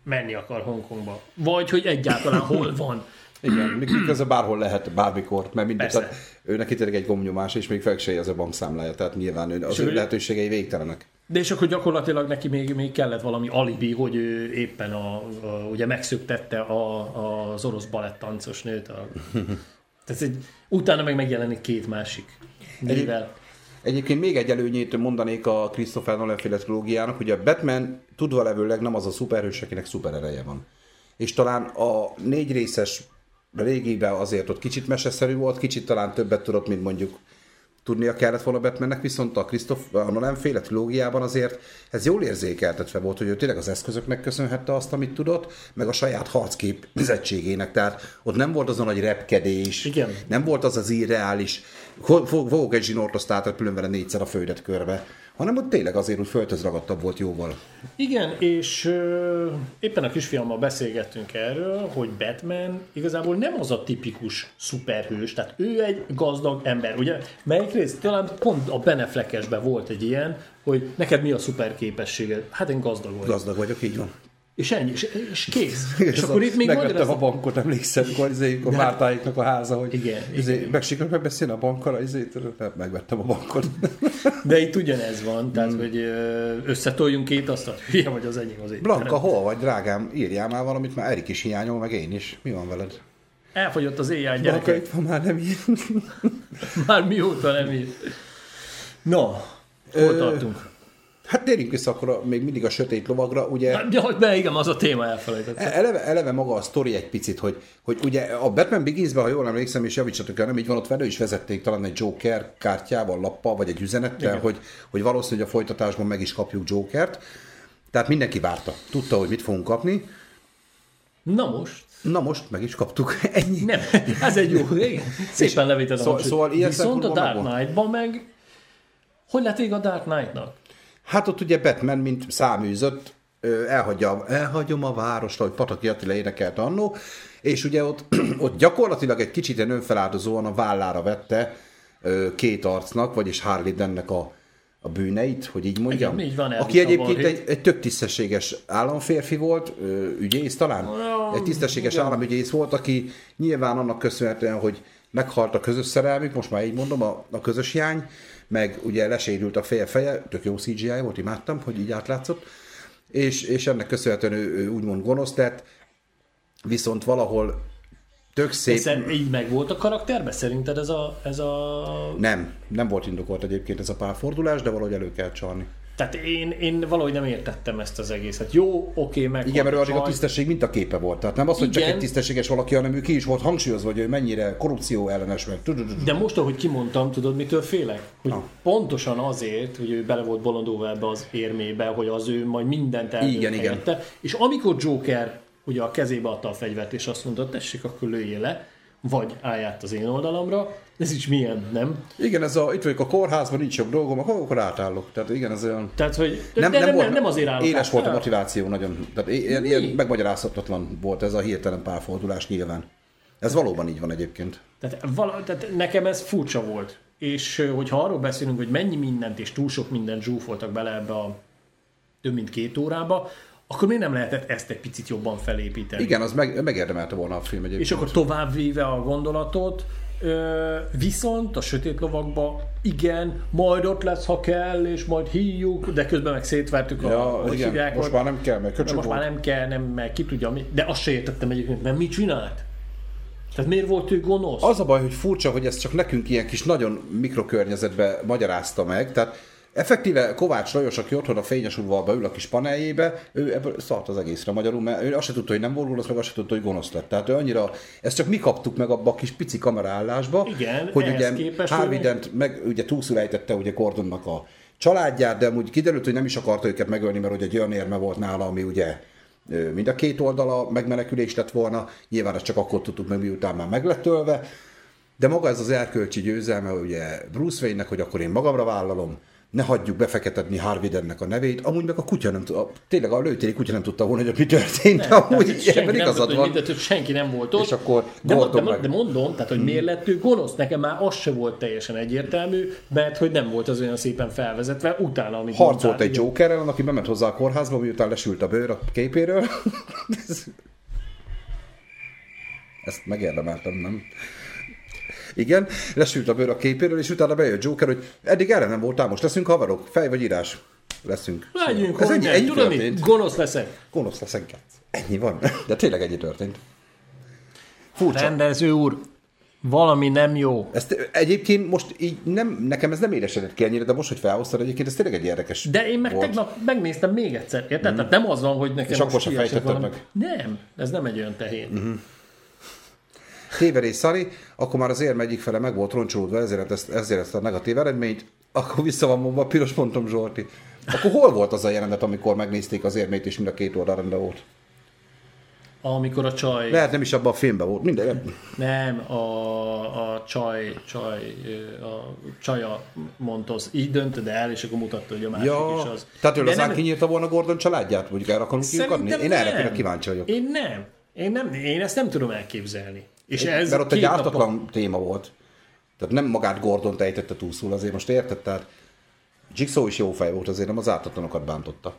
menni akar Hongkongba. Vagy hogy egyáltalán hol van. Igen, miközben bárhol lehet, bármikor, mert mindig, tehát ő neki tényleg egy gombnyomás, és még fel se az a bankszámlája, tehát nyilván ő, az ő lehetőségei végtelenek. De és akkor gyakorlatilag neki még, még kellett valami alibi, hogy ő éppen a, a, ugye megszöktette a, a, az orosz balettáncos nőt. A, tehát egy, utána meg megjelenik két másik nővel. Egy, egyébként még egy előnyét mondanék a Christopher Nolan-féle trilógiának, hogy a Batman tudva levőleg nem az a szuperhős, akinek szuperereje van. És talán a négy részes régiben azért ott kicsit meseszerű volt, kicsit talán többet tudott, mint mondjuk tudnia kellett volna Batmannek, viszont a Christopher Nolan-féle trilógiában azért ez jól érzékeltetve volt, hogy ő tényleg az eszközöknek köszönhette azt, amit tudott, meg a saját harcképzettségének, tehát ott nem volt az a nagy repkedés, igen. Nem volt az az irreális, fogok egy zsinort, azt átrepülöm vele négyszer a földet körbe, hanem ott tényleg azért úgy földhöz ragadtabb volt jóval. Igen, és ö, éppen a kisfiammal beszélgettünk erről, hogy Batman igazából nem az a tipikus szuperhős, tehát ő egy gazdag ember, ugye? Melyik rész? Talán pont a Ben Affleck-esben volt egy ilyen, hogy neked mi a szuper képességed? Hát én gazdag vagyok. Gazdag vagyok, így van. És ennyi, és, és kész. És, és akkor itt még megvettem a bankot, emlékszem, amikor izé, a Mártáiknak a háza, hogy igen, izé, igen. megsikerült megbeszélni a bankkal, izé, megvettem a bankot. De itt ugyanez van, tehát hmm. hogy összetoljunk két asztalt, hülye vagy az enyém az étterem. Blanka, hol vagy, drágám? Írjál már valamit, már Erik is hiányol, meg én is. Mi van veled? Elfogyott az éjjel, gyerekek. Blanka itt van, már nem ír. Már mióta nem ír. No, hol Ö... tartunk? Hát térjünk vissza akkor a, még mindig a sötét lovagra, ugye... Ja, de igen, az a téma elfelejtettem. Eleve, eleve maga a sztori egy picit, hogy, hogy ugye a Batman Begins-ben, ha jól emlékszem, és javítsatok el, nem így van, ott velő is vezették talán egy Joker kártyával, lappal, vagy egy üzenettel, hogy, hogy valószínűleg a folytatásban meg is kapjuk Jokert. Tehát mindenki várta. Tudta, hogy mit fogunk kapni. Na most. Na most meg is kaptuk. Ennyi. Nem, ez egy jó. Igen. Szépen levéted a szó, szóval ilyen viszont a Dark Knight-ban meg... Hogy lett ég a Dark Knight-nak? Hát ott ugye Batman, mint száműzött, elhagyja, elhagyom a várost, ahogy Pataki Attila énekelt annó, és ugye ott, ott gyakorlatilag egy kicsit ilyen önfeláldozóan a vállára vette két arcnak, vagyis Harley Dentnek a, a bűneit, hogy így mondjam. Igen, így van, aki egyébként egy, egy tök tisztességes államférfi volt, ügyész talán, egy tisztességes igen. államügyész volt, aki nyilván annak köszönhetően, hogy meghalt a közös szerelmük, most már így mondom, a, a közös hiány, meg ugye lesérült a feje, feje, tök jó cé gé í volt, imádtam, hogy így átlátszott, és, és ennek köszönhetően ő, ő úgymond gonosz lett, viszont valahol tök szép... Szer- így meg volt a karakterben? Szerinted ez a, ez a... Nem, nem volt indokolt egyébként ez a párfordulás, de valahogy elő kell csalni. Tehát én, én valahogy nem értettem ezt az egészet. Jó, oké, meg... Igen, mert ő a tisztesség mint a képe volt. Tehát nem az, hogy igen. Csak egy tisztességes valaki, hanem ő ki is volt hangsúlyozva, hogy ő mennyire korrupció ellenes meg. De most, ahogy kimondtam, tudod, mitől félek? Hogy ah. pontosan azért, hogy ő bele volt bolondulva ebbe az érmébe, hogy az ő majd mindent eldöntette. És amikor Joker ugye a kezébe adta a fegyvert, és azt mondta, tessék, akkor lőjél le, vagy állj át az én oldalamra. Ez is milyen, nem? Igen, ez a, itt vagyok a kórházban, nincs jobb dolgom, akkor átállok. Tehát igen, ez olyan... Tehát, hogy nem, de nem, nem, volt, nem azért állok éles át, volt a motiváció nagyon. Tehát ilyen, ilyen megmagyarázhatatlan volt ez a hirtelen párfordulás nyilván. Ez valóban így van egyébként. Tehát, vala, tehát nekem ez furcsa volt. És hogyha arról beszélünk, hogy mennyi mindent és túl sok mindent zsúfoltak bele ebbe a több mint két órába, akkor miért nem lehetett ezt egy picit jobban felépíteni? Igen, az meg, megérdemelte volna a film egyébként. És akkor továbbvéve a gondolatot, ö, viszont a sötét lovakba igen, majd ott lesz, ha kell, és majd híjuk, de közben meg szétvertük a... Ja, igen, hívják, most már nem kell, mert köcsög most volt. már nem kell, nem, mert ki tudja mi. De azt se értettem egyébként, mert mit csinált? Tehát miért volt ő gonosz? Az a baj, hogy furcsa, hogy ezt csak nekünk ilyen kis nagyon mikrokörnyezetbe magyarázta meg, tehát effektíve Kovács Lajos, aki otthon a fényes udvarba ül a kis paneljébe, ő ebből szart az egészre magyarul, mert ő azt se tudta, hogy nem volt gonosz, meg azt se tudta, hogy gonosz lett. Tehát ő annyira, ezt csak mi kaptuk meg abba a kis pici kameraállásba, igen, hogy ugye Harvey Dent meg ugye túlszul ejtette ugye Gordonnak a családját, de úgy kiderült, hogy nem is akarta őket megölni, mert ugye egy olyan érme volt nála, ami ugye mind a két oldala megmenekülés lett volna, nyilván ezt csak akkor tudtuk meg, miután már meg lett ölve, de maga ez az erkölcsi győzelme ugye Bruce Wayne-nek, hogy akkor én magamra vállalom, ne hagyjuk befektetni Harvey Dentnek a nevét, amúgy meg a kutya nem tudta, tényleg a lőtéri kutya nem tudta volna, hogy mi történt, nem, amúgy ebben igazad van. Mindent, senki nem volt ott. És akkor de, de, meg... de mondom, tehát, hogy miért lett ő gonosz, nekem már az se volt teljesen egyértelmű, mert hogy nem volt az olyan szépen felvezetve, utána, amit harcolt mondtál, egy Jokerrel, aki bement hozzá a kórházba, miután lesült a bőr a képéről. Ezt megérdemeltem, nem? Igen, lesült a bőr a képéről, és utána bejött Joker, hogy eddig erre nem voltál, most leszünk haverok, fej vagy írás. Leszünk. Legyünk, ez ennyi, ennyi tudod történt. mit? Gonosz leszek. Gonosz leszek. Ennyi van. De tényleg ennyi történt. Furcsa. Rendező úr, valami nem jó. Ezt egyébként most így nem, nekem ez nem éresedett ki ennyire, de most, hogy felhoztad egyébként, ez tényleg egy érdekes De én meg volt. tegnap megnéztem még egyszer, érted? Mm. Tehát nem az van, hogy nekem és most akkor se kiesett fejtetted valami. meg. Nem, ez nem egy olyan tehén. Mm-hmm. Tévedés Szali, akkor már az érme egyik fele meg volt roncsolódva, ezért ezt, ezért ezt a negatív eredményt, akkor vissza van mondva, piros pontom Zsolti. Akkor hol volt az a jelenet, amikor megnézték az érmét, és mind a két oldal rendben volt? Amikor a csaj... Lehet nem is abban a filmben volt, minden. Nem, a, a csaj, csaj, a csaja Montos így döntöd el, és akkor mutatta, hogy a másik ja, is az. tehát ő De aztán nem... kinyírta volna Gordon családját, mondjuk erre akarunk kiukadni? Én erre például kíváncsi vagyok. Én nem. Én nem. Én ezt nem tudom elképzelni. És ez Mert ott egy ártatlan napon... téma volt. Tehát nem magát Gordont ejtette túlszul, azért most érted? Tehát Jigsaw is jó fej volt, azért nem az ártatlanokat bántotta.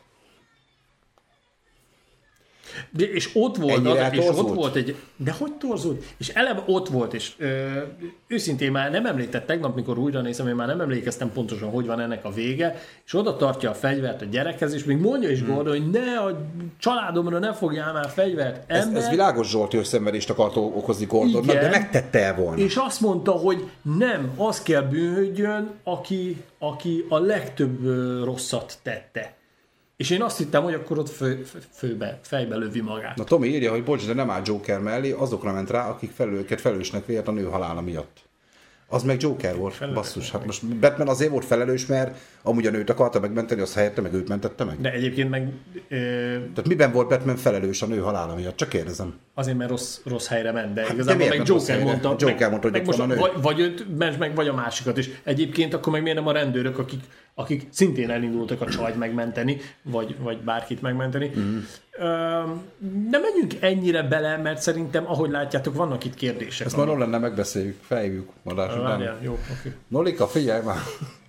De, és ott volt, az, és ott volt egy, de hogy torzult? És eleve ott volt, és ö, őszintén már nem említett tegnap, mikor újra nézem, én már nem emlékeztem pontosan, hogy van ennek a vége, és oda tartja a fegyvert a gyerekhez, és még mondja is Gordon, hmm. hogy ne, a családomra ne fogjál már fegyvert. Ez, ez világos Zsolti, hogy szenvedést akart okozni Gordonnak, de megtette el volna. És azt mondta, hogy nem, az kell bűnhődjön, aki, aki a legtöbb rosszat tette. És én azt hittem, hogy akkor ott fő, főbe, fejbe lövi magát. Na Tomi írja, hogy bocs, de nem áll Joker mellé, azokra ment rá, akik felőket felelősnek vélt a nő halála miatt. Az meg Joker volt, felelős basszus. Hát most Batman azért volt felelős, mert amúgy a nőt akarta megmenteni, azt helyette meg őt mentette meg. De egyébként meg... Ö... Tehát miben volt Batman felelős a nő halála miatt? Csak kérdezem. Azért, mert rossz, rossz helyre ment, de hát igazából meg Joker mondta, Joker meg, mondta, hogy meg most van a nő. Vagy, vagy őt ments meg, vagy a másikat is. Egyébként akkor meg miért nem a rendőrök, akik, akik szintén elindultak a csajt megmenteni, vagy, vagy bárkit megmenteni. Mm. Ö, nem menjünk ennyire bele, mert szerintem, ahogy látjátok, vannak itt kérdések. Ezt már lenne megbeszéljük, feljük adás után. Jó, oké. Okay. Nolika, figyelj már!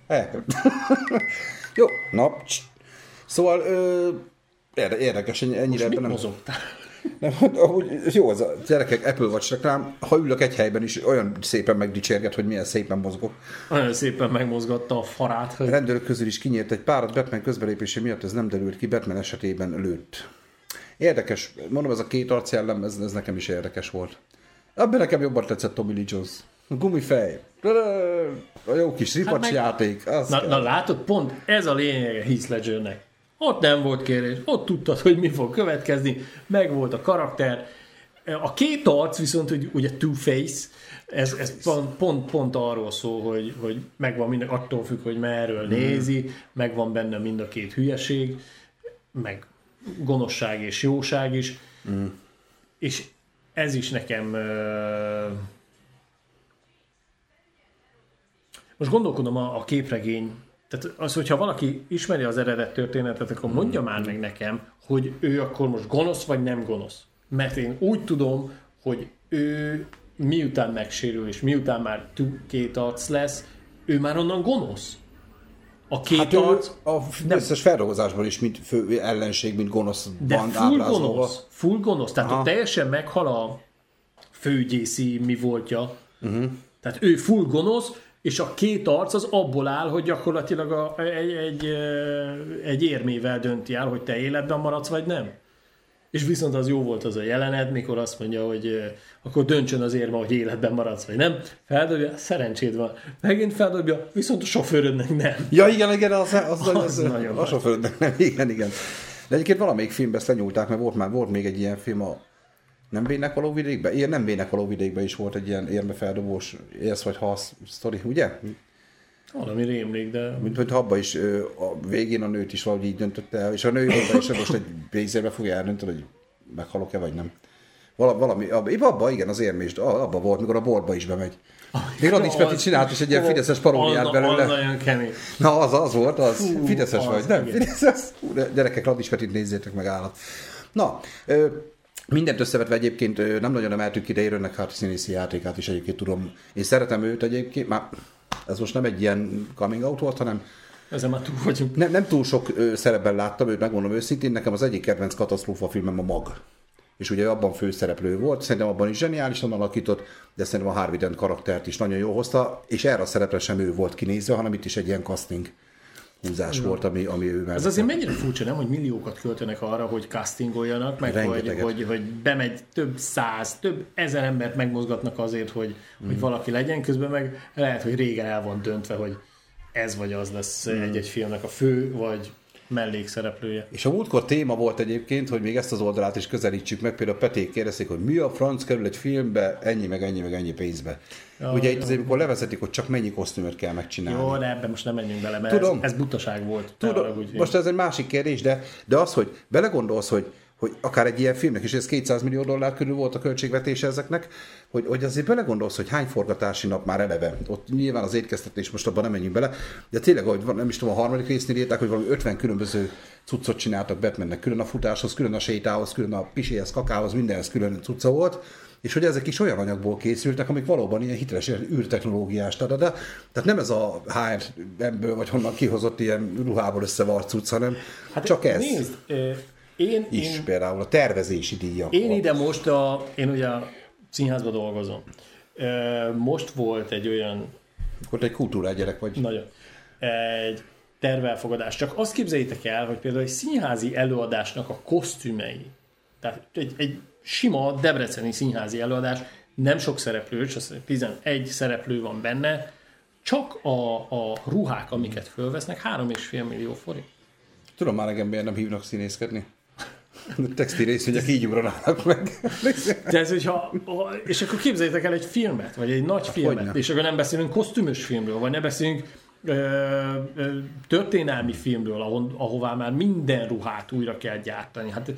Jó, na. Szóval ö, érdekes, ennyire ebben nem... mozogtál? Nem, ahogy, jó, az a gyerekek Apple Watch reklám, ha ülök egy helyben is, olyan szépen megdicsérget, hogy milyen szépen mozgok. Olyan szépen megmozgatta a farát. Hogy... A rendőrök közül is kinyírt egy párat, Batman közbelépése miatt ez nem derült ki, Batman esetében lőtt. Érdekes, mondom, ez a két arc jellem, ez, ez nekem is érdekes volt. Abban nekem jobban tetszett Tommy Lee Jones. A gumifej. A jó kis ripacs hát meg... játék. Na, na látod, pont ez a lényege Heath Ledgernek. Ott nem volt kérés, ott tudtad, hogy mi fog következni, meg volt a karakter. A két arc viszont, hogy ugye Two-Face, ez, ez pont, pont, pont arról szól, hogy, hogy megvan minden, attól függ, hogy merről mm. nézi, megvan benne mind a két hülyeség, meg gonoszság és jóság is, mm. és ez is nekem... Uh... Most gondolkodom a, a képregény. Tehát az, hogyha valaki ismeri az eredet történetet, akkor mondja már meg nekem, hogy ő akkor most gonosz, vagy nem gonosz. Mert én úgy tudom, hogy ő miután megsérül, és miután már két arc lesz, ő már onnan gonosz. A két hát arc... A összes feldolgozásban is, mint fő ellenség, mint gonosz de van full ábrázolva. gonosz, full gonosz. Tehát ott teljesen meghal a főgyészi mi voltja. Uh-huh. Tehát ő full gonosz, és a két arc az abból áll, hogy gyakorlatilag a, egy, egy, egy érmével dönti el, hogy te életben maradsz, vagy nem. És viszont az jó volt az a jelenet, mikor azt mondja, hogy akkor döntsön az érme, hogy életben maradsz, vagy nem. Feldobja, szerencséd van. Megint feldobja, viszont a sofőrödnek nem. Ja, igen, igen, az, az, az, az, az a sofőrödnek nem, igen, igen. De egyébként valamelyik filmben ezt lenyúlták, mert volt már volt még egy ilyen film a nem Bének való vidékben? Igen, nem Bének való vidékben is volt egy ilyen érmefeldobós élsz vagy halsz sztori, ugye? Valami rémlik, de... Mint hogy abba is a végén a nőt is valahogy így döntötte el, és a nő oda is most egy pénzérbe fogja eldönteni, hogy meghalok-e vagy nem. Valami, abban, igen, az érmést, abban volt, mikor a borba is bemegy. Még Radics Peti csinált is egy ilyen fideszes paródiát belőle. Az nagyon kemény. Na, az az volt, az. Fú, fideszes az, vagy, nem? Igen. Fideszes. Gyerekek, Radics Petit nézzétek meg, állat. Na, ö, mindent összevetve egyébként ö, nem nagyon emeltük ide Aaron Eckhart színészi játékát is egyébként tudom. Én szeretem őt egyébként, már ez most nem egy ilyen coming out volt, hanem Ezen már túl vagyunk. Nem, nem túl sok ö, szerepben láttam őt, megmondom őszintén, nekem az egyik kedvenc katasztrófa filmem a Mag. És ugye abban főszereplő volt, szerintem abban is zseniálisan alakított, de szerintem a Harvey Dent karaktert is nagyon jól hozta, és erre a szerepre sem ő volt kinézve, hanem itt is egy ilyen casting húzás no. volt, ami, ami ő mellett. Ez azért mennyire furcsa, nem, hogy milliókat költenek arra, hogy castingoljanak, meg hogy, hogy, hogy bemegy több száz, több ezer embert megmozgatnak azért, hogy, mm. hogy valaki legyen, közben meg lehet, hogy régen el van döntve, hogy ez vagy az lesz mm. egy-egy filmnek a fő, vagy mellékszereplője. És a múltkor téma volt egyébként, hogy még ezt az oldalát is közelítsük meg, például Peték kérdezik, hogy mi a franc kerül egy filmbe ennyi, meg ennyi, meg ennyi pénzbe. Ja, ugye itt azért, amikor levezetik, hogy csak mennyi kosztümöt kell megcsinálni. Jó, de ebben most nem menjünk bele, mert Tudom. Ez, ez butaság volt. Tudom, most ez egy másik kérdés, de, de az, hogy belegondolsz, hogy hogy akár egy ilyen filmnek, és ez kétszáz millió dollár körül volt a költségvetése ezeknek, hogy, hogy azért belegondolsz, hogy hány forgatási nap már eleve. Ott nyilván az étkeztetés, most abban nem menjünk bele, de tényleg, hogy nem is tudom, a harmadik résznél írták, hogy valami ötven különböző cuccot csináltak Batmannek, külön a futáshoz, külön a sétához, külön a piséhez, kakához, mindenhez külön cucca volt, és hogy ezek is olyan anyagból készültek, amik valóban ilyen hiteles, ilyen űrtechnológiás, de, de, tehát nem ez a há er em-ből vagy honnan kihozott ilyen ruhából összevart cucc, hanem hát csak ez. Nézd, Én, is én, például a tervezési díjak. Én ide most, a, én ugye a színházban dolgozom. Most volt egy olyan... Akkor egy kultúrás gyerek vagy. Nagyon. Egy tervelfogadás. Csak azt képzeljétek el, hogy például egy színházi előadásnak a kosztümei, tehát egy, egy sima debreceni színházi előadás, nem sok szereplő, csak tizenegy szereplő van benne, csak a, a ruhák, amiket fölvesznek, három és fél millió forint. Tudom már engem miért nem hívnak színészkedni. A textil részvények így ugranának meg. De ez, hogyha, és akkor képzeljétek el egy filmet, vagy egy nagy filmet, Hogyne. És akkor nem beszélünk kosztümös filmről, vagy nem beszélünk ö, ö, történelmi filmről, ahol, ahová már minden ruhát újra kell gyártani. Hát,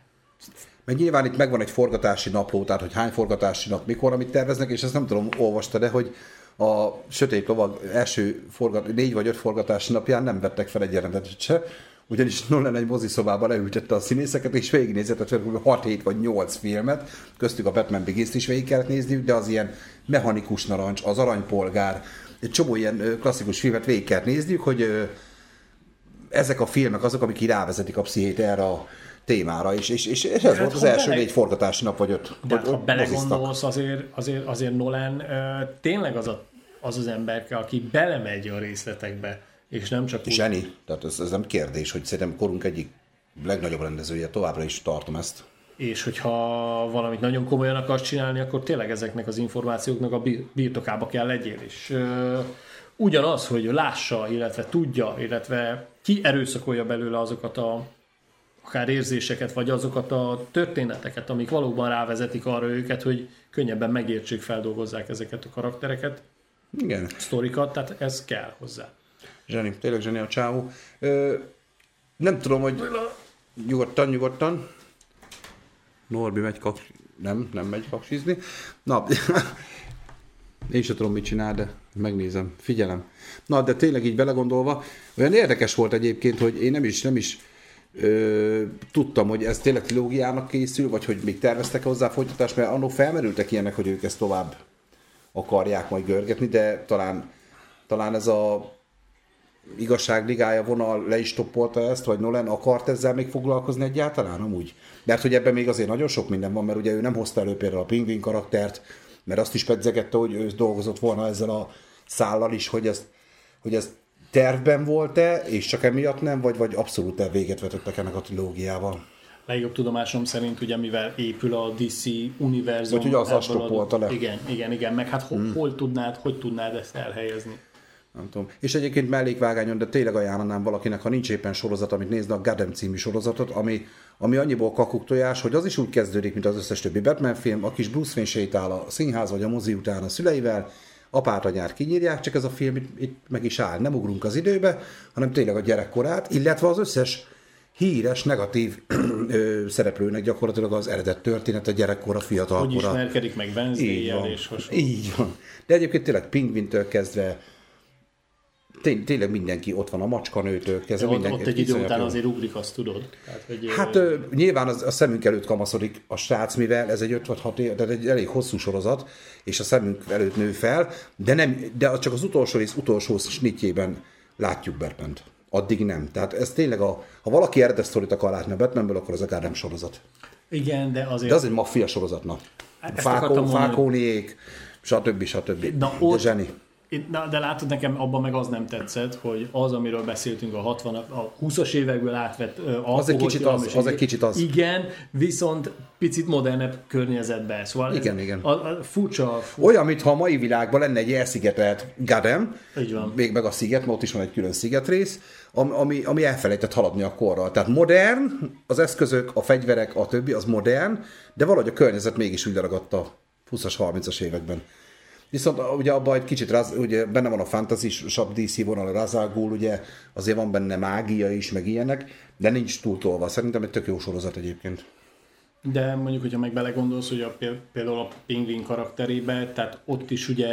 meg nyilván itt megvan egy forgatási napló, tehát hogy hány forgatási nap, mikor, amit terveznek, és ezt nem tudom, olvasta, de hogy a Sötét Lovag első forgat, négy vagy öt forgatási napján nem vettek fel egy jelenetet se, ugyanis Nolan egy moziszobába leültette a színészeket, és végignézett hat-hét vagy nyolc filmet, köztük a Batman Begins-t is végig kellett nézniük, de az ilyen Mechanikus Narancs, az Aranypolgár, egy csomó ilyen klasszikus filmet végig kellett nézniük, hogy ezek a filmek azok, amik így rávezetik a pszichét erre a témára, és, és, és ez hát, volt az első bele... négy forgatási nap, vagy öt. De ha belegondolsz, azért, azért, azért Nolan uh, tényleg az, a, az az ember, aki belemegy a részletekbe, és nem csak... Zseni. Úgy... Tehát ez, ez nem kérdés, hogy szerintem korunk egyik legnagyobb rendezője, továbbra is tartom ezt. És hogyha valamit nagyon komolyan akarsz csinálni, akkor tényleg ezeknek az információknak a birtokába kell legyél. És uh, ugyanaz, hogy lássa, illetve tudja, illetve ki erőszakolja belőle azokat a akár érzéseket, vagy azokat a történeteket, amik valóban rávezetik arra őket, hogy könnyebben megértsék, feldolgozzák ezeket a karaktereket, igen. sztorikat, tehát ez kell hozzá. Zseni, tényleg zseni a csávó. Ö, nem tudom, hogy nyugodtan, nyugodtan. Norbi megy kaks... Nem, nem megy kaksizni. Na, én sem tudom, mit csinál, de megnézem, figyelem. Na, de tényleg így belegondolva, olyan érdekes volt egyébként, hogy én nem is, nem is Ö, tudtam, hogy ez tényleg trilógiának készül, vagy hogy még terveztek hozzá folytatást, mert annól felmerültek ilyenek, hogy ők ezt tovább akarják majd görgetni, de talán, talán ez a igazságligája vonal le is toppolta ezt, vagy Nolan akart ezzel még foglalkozni egyáltalán amúgy? Mert hogy ebben még azért nagyon sok minden van, mert ugye ő nem hozta elő például a Pingvin karaktert, mert azt is pedzegette, hogy ő dolgozott volna ezzel a szállal is, hogy ez, hogy ez tervben volt-e, és csak emiatt nem, vagy, vagy abszolút véget vetettek ennek a trilógiával? Legjobb tudomásom szerint, ugye mivel épül a dé cé univerzum. Vagy ugye az astopolta le. Igen, igen, igen, meg hát hol, hmm. hol tudnád, hogy tudnád ezt elhelyezni? Nem tudom. És egyébként mellékvágányon, de tényleg ajánlanám valakinek, ha nincs éppen sorozat, amit nézne, a Gotham című sorozatot, ami, ami annyiból kakuktojás, hogy az is úgy kezdődik, mint az összes többi Batman film, a kis Bruce Wayne sétál a színház vagy a mozi után a szüleivel, apát, anyát kinyírják, csak ez a film itt, itt meg is áll. Nem ugrunk az időbe, hanem tényleg a gyerekkorát, illetve az összes híres, negatív ö, szereplőnek gyakorlatilag az eredet történet, a gyerekkora, fiatalkora. Hogy ismerkedik meg Wednesday-jel és hasonló. Így van. De egyébként tényleg Pingvintől kezdve Té- tényleg mindenki ott van, a macskanőtől kezdve. Ott, mindenki, ott egy idő után azért ugrik, azt tudod. Tehát, hogy hát ö, nyilván az, a szemünk előtt kamaszodik a srác, mivel ez egy öt vagy hat év, tehát egy elég hosszú sorozat, és a szemünk előtt nő fel, de, nem, de csak az utolsó rész utolsó snitjében látjuk Batmant. Addig nem. Tehát ez tényleg, a, ha valaki eredet sztorit akar látni a Batmanből, akkor az a Gotham sorozat. Igen, de azért... De az egy maffia sorozatnak. Fákó, Fákóniék, stb. stb. Na, de ott... zseni. Na, de látod, nekem abban meg az nem tetszett, hogy az, amiről beszéltünk a hatvan, a húszas évekből átvett uh, az egy kicsit az, az egy kicsit az. Igen, viszont picit modernebb környezetben. Szóval igen, igen. A, a furcsa, furcsa... Olyan, mintha a mai világban lenne egy elszigetelt Gotham, így van. Még meg a sziget, mert ott is van egy külön szigetrész, ami, ami elfelejtett haladni a korral. Tehát modern, az eszközök, a fegyverek, a többi, az modern, de valahogy a környezet mégis úgy leragadta húszas, harmincas években. Viszont ugye abban egy kicsit raz, ugye benne van a fantasy-sabb dé cé vonal, a Ra's al Ghul, ugye azért van benne mágia is, meg ilyenek, de nincs túltolva. Szerintem egy tök jó sorozat egyébként. De mondjuk, hogyha meg belegondolsz, hogy a, például a Pingvin karakterébe, tehát ott is ugye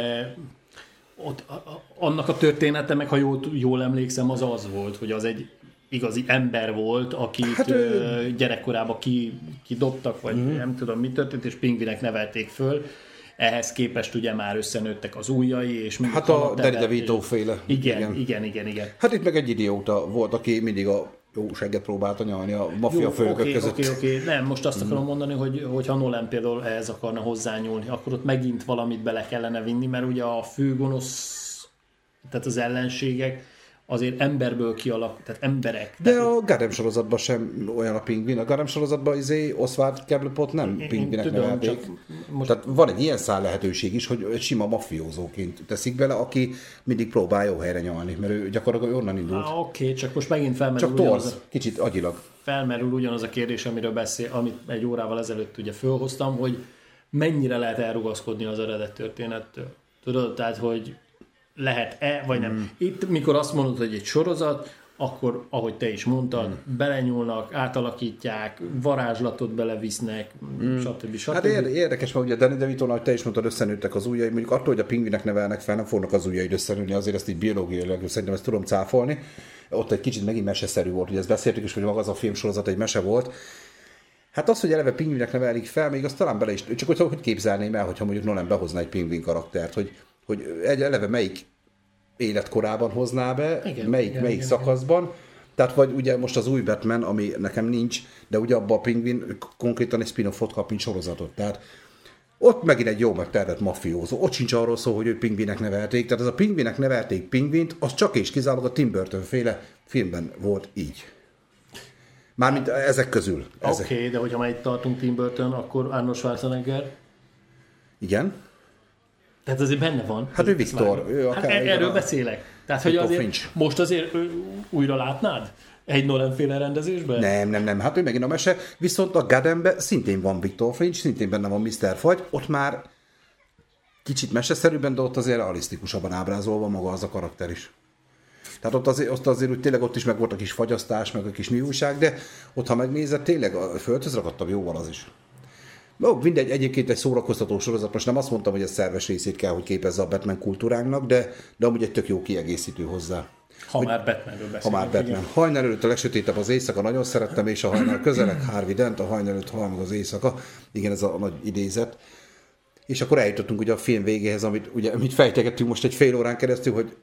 ott, a, a, annak a története, meg ha jól, jól emlékszem, az az volt, hogy az egy igazi ember volt, akit hát, ő... gyerekkorában ki, kidobtak, vagy mm. nem tudom mi történt, és pingvinek nevelték föl. Ehhez képest ugye már összenőttek az ujjai, és hát a Danny DeVito féle. Igen, igen, igen, igen, igen. Hát itt meg egy idióta volt, aki mindig a jó segget próbálta nyalni a maffia főnökök okay, között. Oké, okay, oké, okay. Nem, most azt akarom mondani, hogy, hogy ha Nolan például ehhez akarna hozzányúlni, akkor ott megint valamit bele kellene vinni, mert ugye a főgonosz, tehát az ellenségek azért emberből kialak, tehát emberek. De tehát a Gotham sorozatban sem olyan a pingvin. A Gotham sorozatban izé Oswald Cobblepot nem én, pingvinek tudom, nevelték. Most... Tehát van egy ilyen szál lehetőség is, hogy egy sima maffiózóként teszik bele, aki mindig próbál jó helyre nyalni, mert ő gyakorlatilag onnan indult. Ah, oké, okay, csak most megint felmerül csak torz, a... kicsit agyilag. Felmerül ugyanaz a kérdés, amiről beszél, amit egy órával ezelőtt ugye fölhoztam, hogy mennyire lehet elrugaszkodni az eredet történettől. Tudod, tehát, hogy lehet-e, vagy nem. Mm. Itt, mikor azt mondod, hogy egy sorozat, akkor, ahogy te is mondtad, mm. belenyúlnak, átalakítják, varázslatot belevisznek, mm. stb. stb. Hát érdekes, mert ugye Danny DeVito, ahogy te is mondtad, összenőttek az ujjai, mondjuk attól, hogy a pingvinek nevelnek fel, nem fognak az ujjaid összenőni, azért ezt így biológiailag szerintem ezt tudom cáfolni. Ott egy kicsit megint meseszerű volt, ugye ezt beszéltük is, hogy maga az a filmsorozat egy mese volt. Hát az, hogy eleve pingvinek nevelik fel, még azt talán bele is, csak hogy, hogy képzelném el, hogyha mondjuk Nolan behozna egy pingvin karaktert, hogy hogy egy eleve melyik életkorában hozná be, igen, melyik, igen, melyik igen, szakaszban. Igen. Tehát vagy ugye most az új Batman, ami nekem nincs, de ugye abban a pingvin konkrétan egy spin-offot kap, mint sorozatot. Tehát ott megint egy jó megtervett mafiózó. Ott sincs arról szó, hogy ők pingvinek nevelték. Tehát ez a pingvinek nevelték pingvint, az csak és kizárólag a Tim Burton féle filmben volt így. Mármint ezek közül. Oké, okay, de hogyha már itt tartunk Tim Burton, akkor Arnold Schwarzenegger? Igen. Tehát azért benne van. Hát ő Viktor. Ő hát erről a... beszélek. Tehát, Victor hogy azért Finch. Most azért újra látnád? Egy Nolan-féle rendezésben? Nem, nem, nem. Hát ő megint a mese. Viszont a Gothamben szintén van Victor Finch, szintén benne van miszter Fagy. Ott már kicsit meseszerűben, de ott azért realisztikusabban ábrázolva maga az a karakter is. Tehát ott azért, ott azért úgy tényleg ott is meg volt a kis fagyasztás, meg a kis mi újság, de ott, ha megnézed, tényleg a földhöz ragadtabb jóval az is. No, mindegy, egyébként egy szórakoztató sorozat, most nem azt mondtam, hogy ez szerves részét kell, hogy képezze a Batman kultúránknak, de, de amúgy egy tök jó kiegészítő hozzá. Ha hogy, már Batmanről beszélünk. Ha már Batman. Igen. Hajnal előtt a legsötétebb az éjszaka, nagyon szerettem, és a hajnal közeleg, Harvey Dent, a hajnal előtt hal meg az éjszaka. Igen, ez a nagy idézet. És akkor eljutottunk ugye a film végéhez, amit, ugye, amit fejtegettünk most egy fél órán keresztül, hogy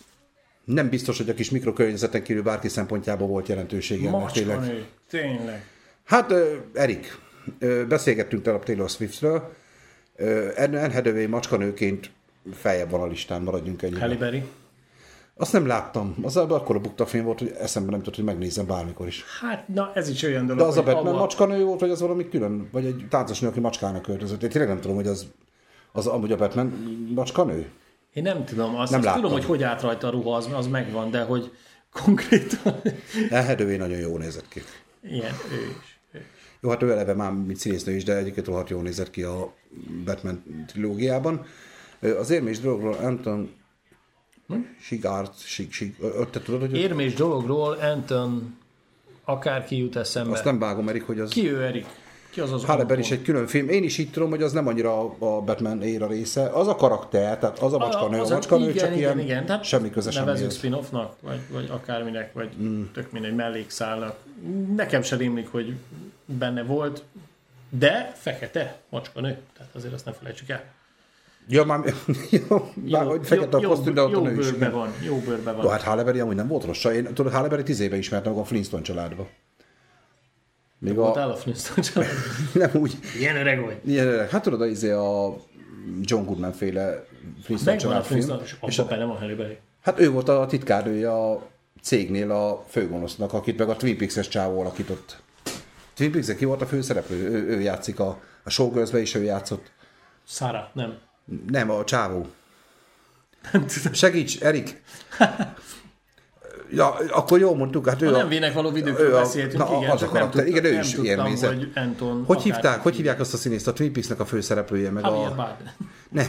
nem biztos, hogy a kis mikrokörnyezeten kívül bárki szempontjából volt jelentősége. Macskanő, tényleg. Hát, Erik, beszélgettünk tegnap Taylor Swiftről. Anne Hathaway macskanőként feljebb van a listán, maradjunk ennyire. Halle Berry? Azt nem láttam. Az akkor a bukta film volt, hogy eszembe nem tudott, hogy megnézzem bármikor is. Hát, na ez is olyan dolog. De az a Batman abba... macskanő volt, vagy az valami külön? Vagy egy táncosnő, aki macskának költözött? Én tényleg nem tudom, hogy az, az amúgy a Batman macskanő? Én nem tudom. Azt, nem azt tudom, hogy hogy állt rajta a ruha, az, az megvan, de hogy konkrétan... Anne Hathaway nagyon jól nézett ki. Igen, ő is. Jó, hát ő eleve már mint színésznő is, de egyébként rohadt jól nézett ki a Batman trilógiában. Az érmés dologról Anton hm? Sigart, Sig, Sig, te tudod, hogy... Érmés dologról Anton akárki jut eszembe. Azt nem vágom, Erik, hogy az... Ki ő, Erik? Ki az az Halle Berry is egy külön film. Én is így tudom, hogy az nem annyira a Batman éra része. Az a karakter, tehát az a macskanő, a, a macskanő igen, csak igen, ilyen igen. Tehát semmi köze semmihez. nevezzük spin-offnak, vagy, vagy akárminek, vagy mm. tök mindegy mellékszálnak. Nekem sem rémlik, hogy benne volt, de fekete macskanő. Tehát azért azt ne felejtsük el. Ja, már, jó, már hogy fekete a kosztüm, de ott jó a nő is. Bőrbe van, jó bőrbe van. Jó, hát Halle Berry amúgy nem volt rossz. Én tudod, Halle Berry tíz éve ismertem a Flintstone családba. Még a... Voltál a Flintstone családba? Nem úgy. Ilyen öreg vagy. Ilyen öreg. Hát tudod, az a John Goodman féle Flintstone család film. És abban benne van Halle Berry. Hát ő volt a titkárnője a cégnél a főgonosznak, akit meg a Twin Peaks-es csávó alakított. Twin Peaks-en ki volt a főszereplő? Ő, ő játszik a, a Showgirls-be is, ő játszott. Sarah, nem. Nem, a csávó. Segíts, Erik! Ja, akkor jól mondtuk, hát ő a... a... nem vének való videókról beszéltünk, na, igen, az a karakter, igen, ő is ilyen tudtam, nézett. hogy Anton... Hogy hívták, hogy hívják azt a színészt? A Twin Peaks-nek a főszereplője, meg Javier a... Bardem. Nem.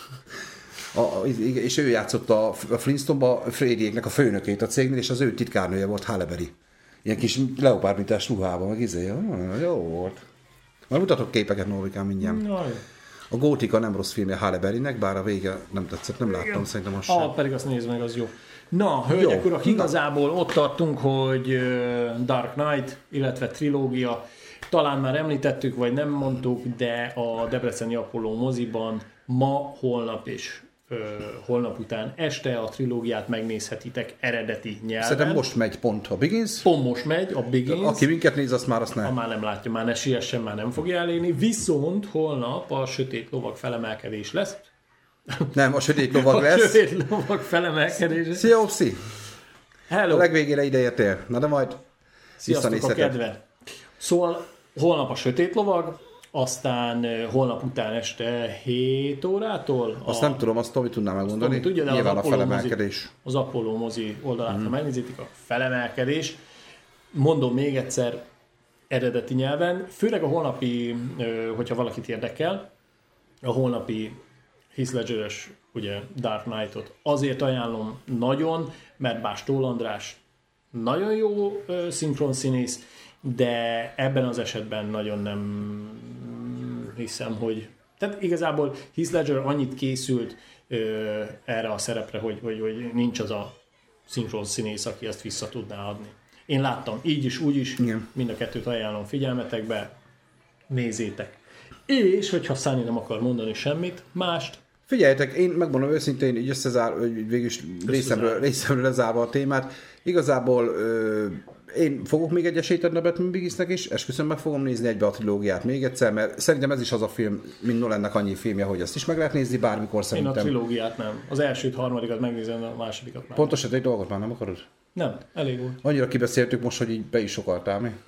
A, és ő játszott a, a Flintstone-ba Freddyéknek a főnökét a cégnél, és az ő titkárnője volt Halle Berry. Ilyen kis leopárdmintás ruhában, meg izé. Jó volt. Már mutatok képeket, Norvikán, mindjárt. No, a Gótika nem rossz filmje Halle Berrynek, bár a vége nem tetszett, nem láttam, szerintem azt sem. Ah, pedig azt nézd meg, az jó. Na, hölgyek, urak, igazából ott tartunk, hogy Dark Knight, illetve trilógia, talán már említettük, vagy nem mondtuk, de a Debreceni Apollo moziban ma, holnap és ö, holnap után este a trilógiát megnézhetitek eredeti nyelven. Szerintem most megy pont a Begins. Pont most megy a Begins. Aki minket néz, azt már azt nem. Ha már nem látja, már ne siessen, már nem fogja elérni. Viszont holnap a Sötét Lovag felemelkedés lesz. Nem, a Sötét Lovag lesz. A Sötét Lovag felemelkedés. Szia, Opszi! Hello! A legvégére ide értél. Na de majd sziasztok a kedve! Szóval holnap a Sötét Lovag, aztán holnap után este hét órától. Azt a... nem tudom, azt Tomi tudná megmondani. Tudja, de nyilván az a felemelkedés. Mozi, az Apollo mozi oldalát, mm. ha megnézitek, a felemelkedés. Mondom még egyszer eredeti nyelven. Főleg a holnapi, hogyha valakit érdekel, a holnapi Heath Ledger-es, ugye Dark Knight-ot azért ajánlom nagyon, mert Bástól András nagyon jó uh, szinkronszínész, de ebben az esetben nagyon nem hiszem, hogy... Tehát igazából Heath Ledger annyit készült uh, erre a szerepre, hogy, hogy, hogy nincs az a szinkronszínész, aki ezt vissza tudná adni. Én láttam így is, úgy is, igen. Mind a kettőt ajánlom figyelmetekbe, nézzétek. És, hogyha Száni nem akar mondani semmit, mást, figyeljetek, én megmondom őszintén, így összezár, végülis részemről, részemről lezárva a témát. Igazából ö, én fogok még egy esélyt adni a Batman Beginsnek is, esküszöm, meg fogom nézni egybe a trilógiát még egyszer, mert szerintem ez is az a film, mint Nolannek annyi filmje, hogy ezt is meg lehet nézni bármikor szerintem. Én a trilógiát nem. Az elsőt, harmadikat megnézem, a másodikat már. Pontosan egy dolgot már nem akarod? Nem, elég volt. Annyira kibeszéltük most, hogy így be is sokaltál mi?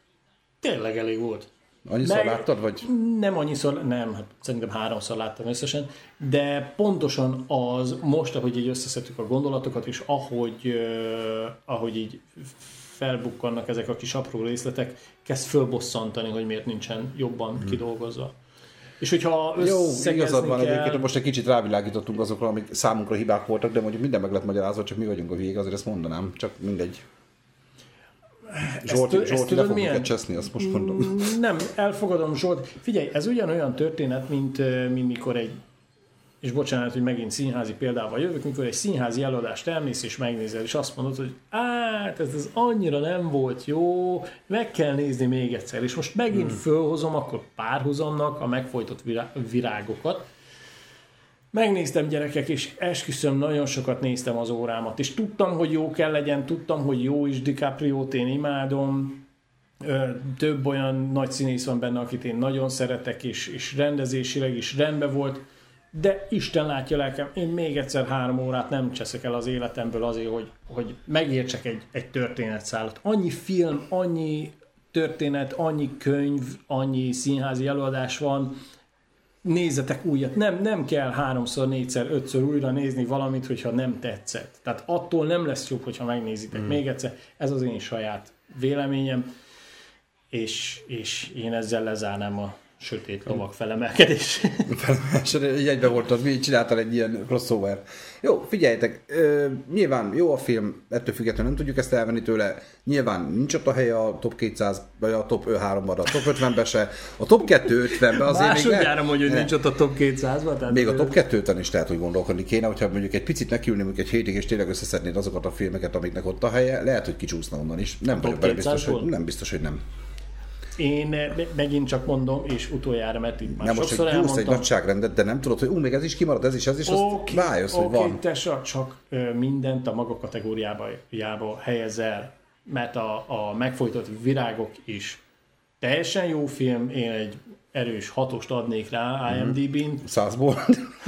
Tényleg elég volt. Annyiszor meg, láttad, vagy? Nem annyiszor, nem, hát szerintem háromszor láttam összesen, de pontosan az most, ahogy így összeszedtük a gondolatokat, és ahogy, uh, ahogy így felbukkannak ezek a kis apró részletek, kezd fölbosszantani, hogy miért nincsen jobban hmm. kidolgozva. És hogyha összegezni Jó, igazad van kell... egyébként, most egy kicsit rávilágítottunk azokra, amik számunkra hibák voltak, de mondjuk minden meg lett magyarázva, csak mi vagyunk a végig, azért ezt mondanám, csak mindegy. Zsolti, ezt, Zsolti, le fogunk cseszni, azt most mondom. Nem, elfogadom, Zsolt. Figyelj, ez ugyanolyan történet, mint, mint mikor egy, és bocsánat, hogy megint színházi példával jövök, mikor egy színházi előadást elmész és megnézel, és azt mondod, hogy hát ez, ez annyira nem volt jó, meg kell nézni még egyszer. És most megint hmm. fölhozom akkor párhuzamnak a megfojtott virágokat. Megnéztem, gyerekek, és esküszöm, nagyon sokat néztem az órámat, és tudtam, hogy jó kell legyen, tudtam, hogy jó is, DiCaprio-t én imádom, több olyan nagy színész van benne, akit én nagyon szeretek, és, és rendezésileg is rendben volt, de Isten látja lelkem, én még egyszer három órát nem cseszek el az életemből azért, hogy, hogy megértsek egy, egy történetszálat. Annyi film, annyi történet, annyi könyv, annyi színházi előadás van, nézzetek újat. Nem, nem kell háromszor, négyszer, ötször újra nézni valamit, hogyha nem tetszett. Tehát attól nem lesz jobb, hogyha megnézitek hmm. még egyszer. Ez az én saját véleményem, és, és én ezzel lezárnám a sötét lovak felemelkedés. Felemelkedés, egyben volt az, mi csináltál egy ilyen crossover. Jó, figyeljetek, ö, nyilván jó a film, ettől függetlenül nem tudjuk ezt elvenni tőle. Nyilván nincs ott a helye a top kétszáz, vagy a top háromban, a top ötvenben se. A top kétszázötvenben azért még... Másodjára mondja, hogy nincs ott a top kétszázban. Tehát még a top kétszázötven is lehet, hogy gondolkodni kéne, hogyha mondjuk egy picit nekiülni mondjuk egy hétig, és tényleg összeszednéd azokat a filmeket, amiknek ott a helye, lehet, hogy kicsúszna onnan is. Nem vagyok bele biztos, hogy nem biztos, hogy nem. Én megint csak mondom, és utoljára, mert itt már nem, sokszor most, elmondtam. egy nagyságrendet, de nem tudod, hogy ú, még ez is kimarad, ez is, ez is, okay, azt rájössz, okay, hogy van. Te csak mindent a maga kategóriába helyez el, mert a, a megfojtott virágok is teljesen jó film, én egy erős hatost adnék rá IMDb-n. Százból.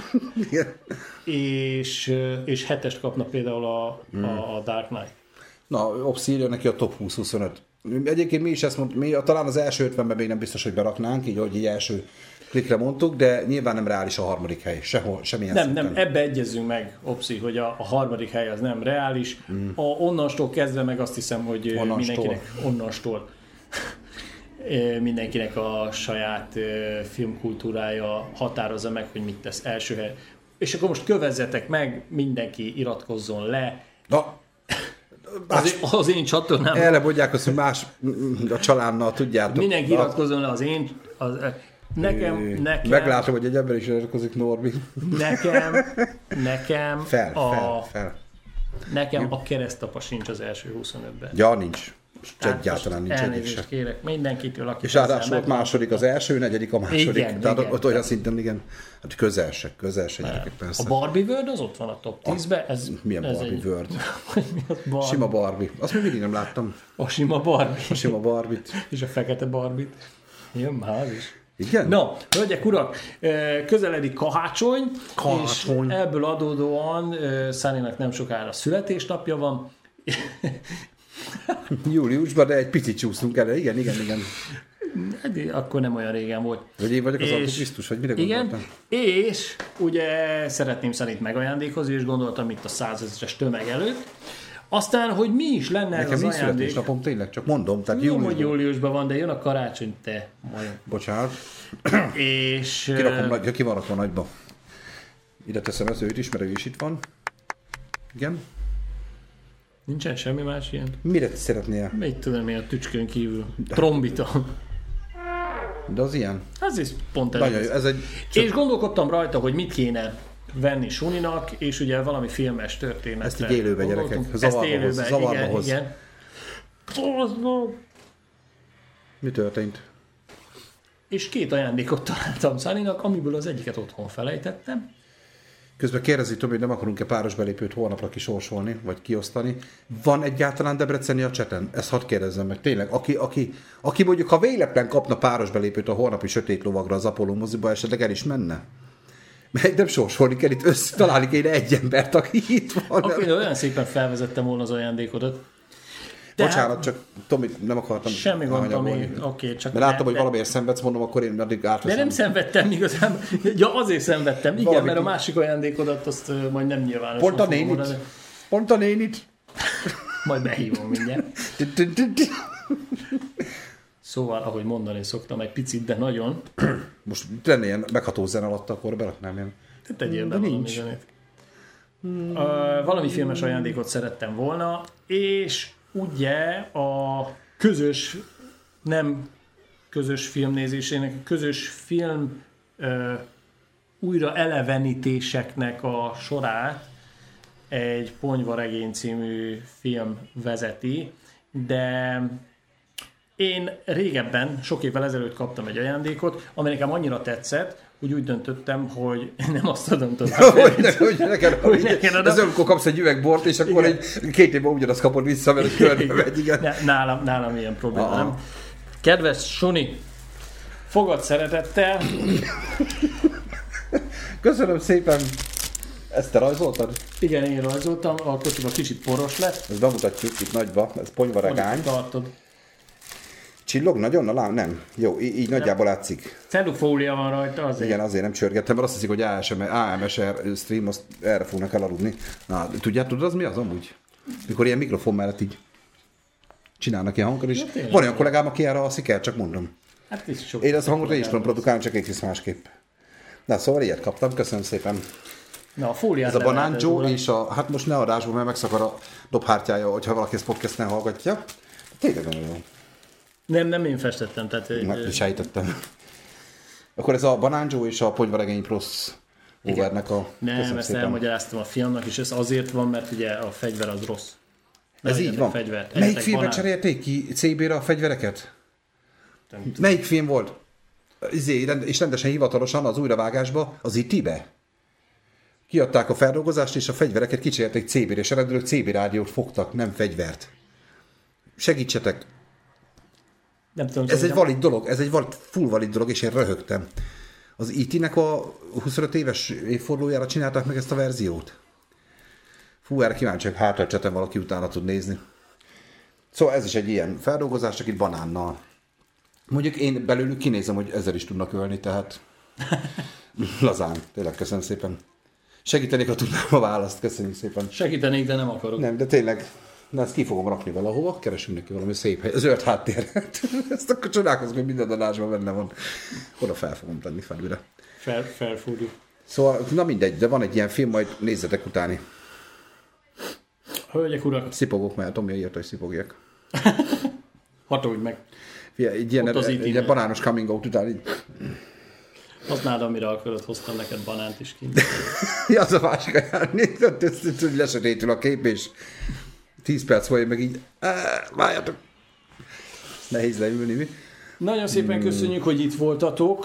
és, és hetest kapna például a, mm. a, a Dark Knight. Na, Obszília neki a top húsz-huszonöt. Egyébként mi is ezt mondtuk, mi talán az első ötvenben még nem biztos, hogy beraknánk, így, hogy így első klikre mondtuk, de nyilván nem reális a harmadik hely, sehol, semmilyen Nem, szinten. nem, ebbe egyezünk meg, Opszi, hogy a, a harmadik hely az nem reális. Mm. A, onnastól kezdve meg azt hiszem, hogy onnastól. mindenkinek onnastól mindenkinek a saját filmkultúrája határozza meg, hogy mit tesz első hely. És akkor most kövezzetek meg, mindenki iratkozzon le. Na, Az, az én csatornám. Erre mondják azt, hogy más a csalánnal tudjátok. Mindenki iratkozzon le az én... Az, nekem, nekem... Meglátom, hogy egy ember is iratkozik, Norbi. Nekem, nekem... Fel, a, fel, fel. Nekem a keresztapa sincs az első huszonötben. Ja, nincs. Tehát egyáltalán nincs egyik se. Kérek mindenkitől, aki... És ráadásul ott második az első, negyedik a második. Igen, tehát igen, ott olyan szinten, igen. Hát közel se, közel se gyerekek, persze. A Barbie World az ott van a top tízben. Ez, milyen ez Barbie egy... World? Barbie. Sima Barbie. Azt még mindig nem láttam. A sima Barbie. A sima Barbie-t. És a fekete Barbie-t. Jön már az is. Igen? No, hölgyek, urak, közeledik karácsony, Karácsony. És ebből adódóan Sunnynak nem sokára születésnapja van. Júliusban, de egy picit csúsztunk el. Igen, igen, igen. De akkor nem olyan régen volt. Vagy én vagyok az Antikrisztus, vagy mire gondoltam? Igen, és ugye szeretném Sunnyt megajándékozni, és gondoltam itt a százezres tömeg előtt. Aztán, hogy mi is lenne nekem ez az nincs ajándék. születésnapom, tényleg, csak mondom. Tehát Jó, hogy júliusban van, de jön a karácsony, te. Majd. Bocsánat. És... Kirakom, ki van rakva nagyba. Ide teszem ezt, őt is, mert ő is itt van. Igen. Nincsen semmi más ilyen? Mire szeretnél? Mit tudom én a tücskön kívül? Trombita. De az ilyen? Ez is pont ez. Nagyon, ez egy... Csak... És gondolkodtam rajta, hogy mit kéne venni Suninak, és ugye valami filmes történetre. Ezt így élőbe, gyerekek. Zavarba Ezt élőbe, hoz, zavarba igen, hoz. igen. Mi történt? És két ajándékot találtam Sunnynak, amiből az egyiket otthon felejtettem. Közben kérdezi Tomi, hogy nem akarunk-e páros belépőt holnapra kisorsolni, vagy kiosztani. Van egyáltalán debreceni a cseten? Ezt hadd kérdezzem meg. Tényleg, aki, aki, aki mondjuk, ha véletlen kapna páros belépőt a holnapi sötét lovagra az Apollo moziba, esetleg el is menne? Mert nem sorsolni kell, itt össze találni kéne egy embert, aki itt van. Akkor olyan szépen felvezettem volna az ajándékodat. Bocsánat, csak Tomi, nem akartam. Semmi gondom, oké, okay, csak... Mert láttam, hogy valamiért szenvedsz, mondom, akkor én addig átveszem. De nem szenvedtem igazán. Ja, azért szenvedtem, igen, Valami mert a másik ajándékodat azt majd nem nyilvános. Pont a nénit. Mondani. Pont a nénit. Majd behívom mindjárt. Szóval, ahogy mondani szoktam, egy picit, de nagyon. Most lenne ilyen megható zen alatt, akkor beraknám ilyen. Te tegyél be valami zenét. Hmm. Uh, valami filmes ajándékot szerettem volna, és ugye a közös, nem közös filmnézésének, a közös film uh, újra elevenítéseknek a sorát egy Ponyvaregény című film vezeti, de én régebben, sok évvel ezelőtt kaptam egy ajándékot, ami nekem annyira tetszett, hogy úgy döntöttem, hogy nem azt adom tovább. hogy, ne, hogy neked, hogy neked adom. Ez amikor kapsz egy üveg bort, és akkor egy, két évben ugyanazt kapod vissza, mert egy körbe megy, igen. Nálam, nálam ilyen probléma nem. Kedves Suni, fogad szeretettel. Köszönöm szépen. Ezt te rajzoltad? Igen, én rajzoltam, a kocsiba kicsit poros lett. Ezt bemutatjuk itt nagyba, ez ponyvaregány. Tartod. Csillog nagyon? Na lám, nem. Jó, így, így nagyjából látszik. Cellufólia van rajta azért. Igen, azért nem csörgettem, mert azt hiszik, hogy á em es er stream, azt erre fognak elaludni. Na, tudját, tudod, az mi az amúgy? Mikor ilyen mikrofon mellett így csinálnak ilyen hangokat is. Ja, van olyan kollégám, aki erre alszik el, csak mondom. Hát is sok. Én azt a hangot én is tudom produkálni, csak egy kis másképp. Na, szóval ilyet kaptam, köszönöm szépen. Na, a fóliát ez a Banán Joe és a, hát most ne adásból, mert megszakad a dobhártyája, hogyha valaki ezt podcasten hallgatja. Tényleg nagyon jó. Nem, nem én festettem, tehát... Meg sejtettem. Akkor ez a Banán Joe és a Ponyvaregény Prosz overnek a... Nem, ezt szépen. Elmagyaráztam a fiamnak, és ez azért van, mert ugye a fegyver az rossz. Nem ez így van. Fegyvert. Melyik filmben cserélték ki cé bé-re a fegyvereket? Melyik film volt? Izé, és rendesen hivatalosan az újravágásba, az í té-be? Kiadták a feldolgozást, és a fegyvereket kicserélték cé bé-re, és eredetileg cé bé rádiót fogtak, nem fegyvert. Segítsetek! Nem tudom, ez egy valid dolog, ez egy valid, full valid dolog, és én röhögtem. Az í té-nek a huszonöt éves évfordulójára csinálták meg ezt a verziót. Fú, erre kíváncsiak, hátra a cseten valaki utána tud nézni. Szóval ez is egy ilyen feldolgozás, csak itt banánnal. Mondjuk én belőlük kinézem, hogy ezzel is tudnak ölni, tehát lazán. Tényleg köszönöm szépen. Segítenék, ha tudnám a választ. Köszönjük szépen. Segítenék, de nem akarok. Nem, de tényleg, de ezt ki fogom rakni valahova, keresünk neki valami szép hely. Zöld háttér. Ezt akkor csodálkozunk, hogy minden adásban benne van. Oda fel fogom tenni felülre. Fel, felfúrjuk. Szóval, na mindegy, de van egy ilyen film, majd nézzetek utáni. Hölgyek, urak. Szipogok, mert Tomi írta, hogy szipogjak. Hatolj meg. Fia, egy ilyen, egy ilyen banános coming out után így... Használd, amire akarod, hoztam neked banánt is kint. Ja, az a másik ajánlás, hogy lesötétül a kép, és tíz perc vagy, meg így, várjatok. Nehéz leülni, mi? Nagyon szépen köszönjük, hogy itt voltatok.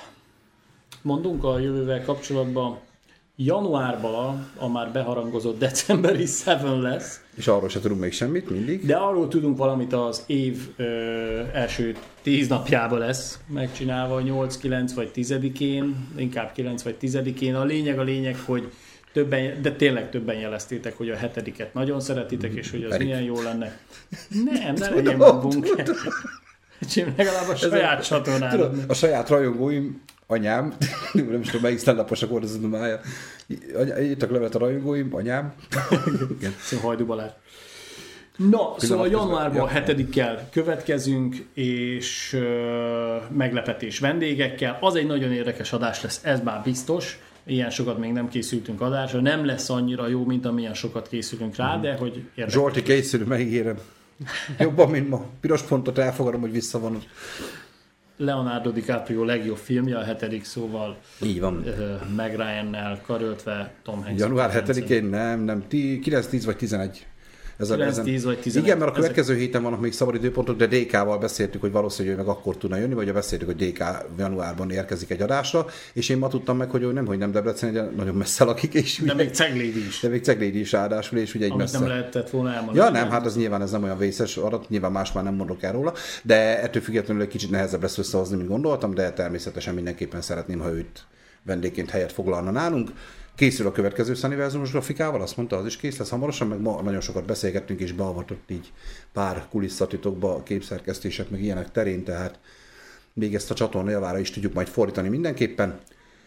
Mondunk a jövővel kapcsolatban. Januárban a már beharangozott decemberi Seven lesz. És arról se tudunk még semmit, mindig. De arról tudunk valamit, az év ö, első tíz napjában lesz megcsinálva, nyolc, kilenc vagy tizedikén, inkább kilenc vagy tizedikén. A lényeg a lényeg, hogy többen, de tényleg többen jeleztétek, hogy a hetediket nagyon szeretitek, és hogy az Erik. Milyen jó lenne. Nem, ne legyen magunk. Legalább a saját csatornán. A saját rajongóim, anyám, nem is tudom, melyik stand-uposak volt az a dumája. Írtak levet a rajongóim, anyám. Szóval Hajdú Balázs. Na, szóval januárban a hetedikkel következünk, és uh, meglepetés vendégekkel. Az egy nagyon érdekes adás lesz, ez már biztos. Ilyen sokat még nem készültünk adásra. Nem lesz annyira jó, mint amilyen sokat készülünk rá, de hogy érdekes. Zsolti készül, megígérem. Jobban, mint ma. Piros pontot elfogadom, hogy visszavonod. Leonardo DiCaprio legjobb filmje, a hetedik, szóval így van. Meg Ryan-nel karöltve Tom Hanks. Január hetedikén nem, nem, kilenc, tíz vagy tizenegy. kilenc, tíz vagy tizenegy. Igen, mert a következő ezek... héten vannak még szabad időpontok, de dé ká-val beszéltük, hogy valószínűleg ő meg akkor tudna jönni, vagy beszéltük, hogy dé ká januárban érkezik egy adásra, és én ma tudtam meg, hogy ő nem, hogy nem Debrecen, de nagyon messze lakik, és de még Ceglédi is. De még Ceglédi is ráadásul, és ugye egy amit messze. nem lehetett volna elmondani. Ja, nem, hát az nyilván ez nem olyan vészes adat, nyilván más már nem mondok el róla, de ettől függetlenül egy kicsit nehezebb lesz összehozni, mint gondoltam, de természetesen mindenképpen szeretném, ha őt vendégként helyet foglalna nálunk. Készül a következő Sunnyverzumos grafikával, azt mondta, az is kész lesz hamarosan, meg ma nagyon sokat beszélgettünk, és beavatott így pár kulisszatitokba, képszerkesztések, meg ilyenek terén, tehát még ezt a csatorna javára is tudjuk majd fordítani mindenképpen.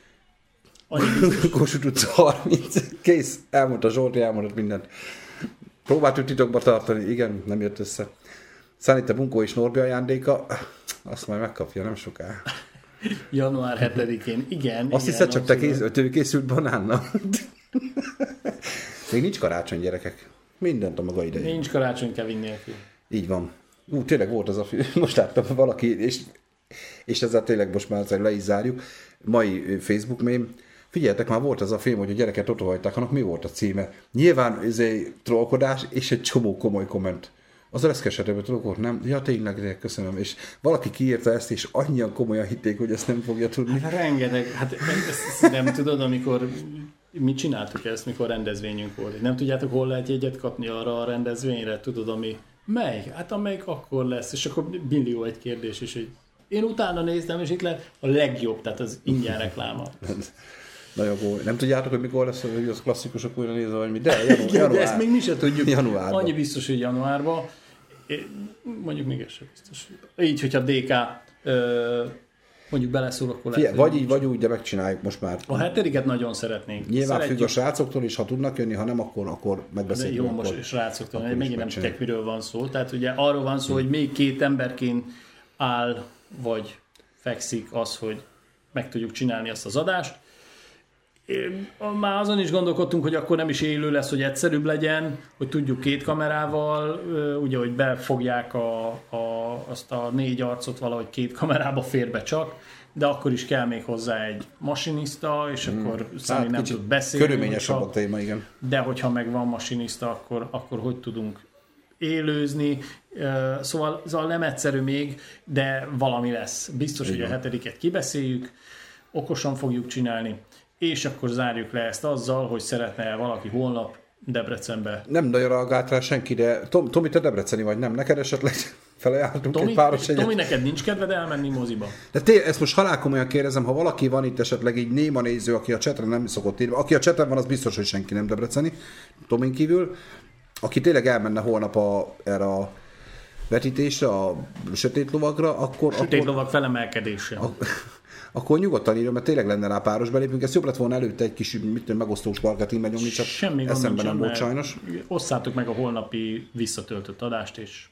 Kossuth utca harminc, kész, elmondta Zsolti, elmondott mindent. Próbáltuk titokba tartani, igen, nem jött össze. Szánita Bunkó és Norbi ajándéka, azt majd megkapja, nem soká. január hetedikén, igen. Azt hiszed, csak te készült, készült banánnal. Még nincs karácsony, gyerekek. Mindent a maga idején. Nincs karácsony Kevin nélkül. Így van. Ú, tényleg volt az a film, most láttam valaki, és, és ezzel tényleg most már le is zárjuk. Mai Facebook mém. Figyeljetek, már volt az a film, hogy a gyereket ott hagyták, annak mi volt a címe? Nyilván ez egy trollkodás, és egy csomó komoly komment. Az a leszkesetőből trollkod, nem? Ja, tényleg, köszönöm. És valaki kiírta ezt, és annyian komolyan hitték, hogy ezt nem fogja tudni. Hát rengeteg. Hát ezt nem tudod, amikor mi csináltuk ezt, mikor rendezvényünk volt. Nem tudjátok, hol lehet jegyet kapni arra a rendezvényre? Tudod, ami melyik? Hát amelyik akkor lesz. És akkor millió egy kérdés is, hogy én utána néztem, és itt lehet a legjobb, tehát az ingyen rekláma. Nagyon jó. Nem tudjátok, hogy mikor lesz, hogy az klasszikusok újra nézve, vagy mi? De, január, ja, de ezt még mi sem tudjuk. Januárban. Annyi biztos, hogy januárban. Mondjuk még ez sem biztos. Így, hogyha dé ká mondjuk beleszól, akkor lehet. Vagy így, vagy úgy, de megcsináljuk most már. A hetediket nagyon szeretnénk. Nyilván Szeretjük. függ a srácoktól is, ha tudnak jönni, ha nem, akkor, akkor megbeszéljük. Jó, most is srácoktól, megint nem tudják, miről van szó. Tehát ugye arról van szó, hmm. hogy még két emberként áll vagy fekszik az, hogy meg tudjuk csinálni azt az adást. Már azon is gondolkodtunk, hogy akkor nem is élő lesz, hogy egyszerűbb legyen, hogy tudjuk két kamerával, ugye, hogy befogják a, a, azt a négy arcot valahogy két kamerába fér be csak, de akkor is kell még hozzá egy masinista, és hmm. akkor Szani hát nem tud beszélni. Körülményesebb a téma, igen. De hogyha meg van masinista, akkor, akkor hogy tudunk élőzni, szóval, szóval nem egyszerű még, de valami lesz. Biztos, igen. Hogy a hetediket kibeszéljük, okosan fogjuk csinálni, és akkor zárjuk le ezt azzal, hogy szeretne valaki holnap Debrecenbe. Nem nagyon reagált rá senki, de Tom, Tomi, te debreceni vagy, nem? Neked esetleg felajánlottunk Tomi, egy páros egyet? Tomi, neked nincs kedved elmenni moziba? De té, ezt most halálkomolyan kérdezem, ha valaki van itt esetleg így néma néző, aki a chatre nem szokott írni, aki a chatre van, az biztos, hogy senki nem debreceni, Tomin kívül, aki tényleg elmenne holnap a, erre a vetítésre, a sötét lovagra, akkor... Sötét akkor, lovag felemelkedése. A, akkor nyugodtan írjon, mert tényleg lenne rá páros belépünk. Ezt jobb lett volna előtte egy kis mit tudom, megosztós marketingben nyomni, csak semmi eszembe nem volt sajnos. Osszátok meg a holnapi visszatöltött adást, és...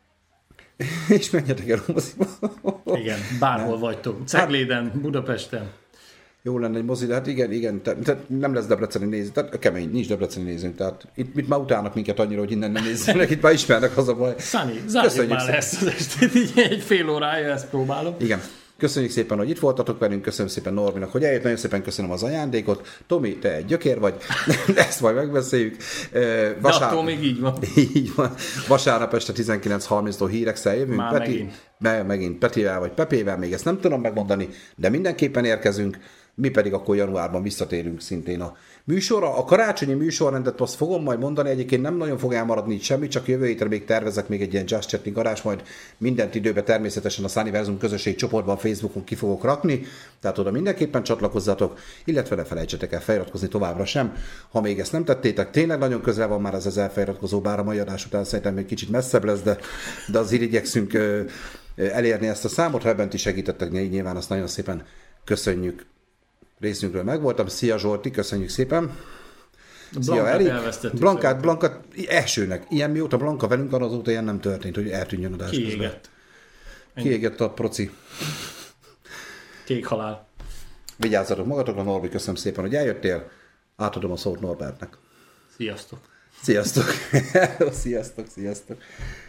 és menjetek el a moziba. Igen, bárhol nem. Vagytok. Cegléden, Budapesten. Jó lenne egy mozi, de hát igen, igen, te, te nem lesz debreceni néző, tehát kemény, nincs debreceni nézőnk, tehát itt, itt már utálnak minket annyira, hogy innen nem nézzenek, itt már ismernek, az a baj. Szani, zárjuk már ezt az estét, így egy fél órája ezt próbálom. Igen. Köszönjük szépen, hogy itt voltatok velünk, köszönöm szépen Norbinak, hogy eljött, nagyon szépen köszönöm az ajándékot. Tomi, te egy gyökér vagy, ezt majd megbeszéljük. Vasár... De attól még így van. Így van. Vasárnap este tizenkilenc harminctól hírekszel jövünk. Már Peti, megint. Me, megint Petivel vagy Pepével, még ezt nem tudom megmondani, de mindenképpen érkezünk. Mi pedig akkor januárban visszatérünk szintén a műsorra. A karácsonyi műsorrendet azt fogom majd mondani, egyébként nem nagyon fog elmaradni itt semmi, csak jövő hétre még tervezek még egy ilyen Just Chatting garázs, majd mindent időben természetesen a Sunnyverzum közösség csoportban, Facebookon ki fogok rakni, tehát oda mindenképpen csatlakozzatok, illetve ne felejtsetek el feliratkozni továbbra sem, ha még ezt nem tettétek. Tényleg nagyon közel van már ez az elfeliratkozó, bár a mai adás után szerintem még kicsit messzebb lesz, de, de azért igyekszünk ö, elérni ezt a számot, ha ebben is segítettek, nyilván azt nagyon szépen köszönjük. Részünkről megvoltam. Szia Zsolti, köszönjük szépen. Szia Eri. Blankát, Blankát elsőnek. Ilyen mióta Blanka velünk van, azóta ilyen nem történt, hogy eltűnjön adás közben. Kiégett. Kiégett a proci. Kék halál. Vigyázzatok magatokra, Norbi, köszönöm szépen, hogy eljöttél. Átadom a szót Norbertnek. Sziasztok. Sziasztok. Sziasztok, sziasztok.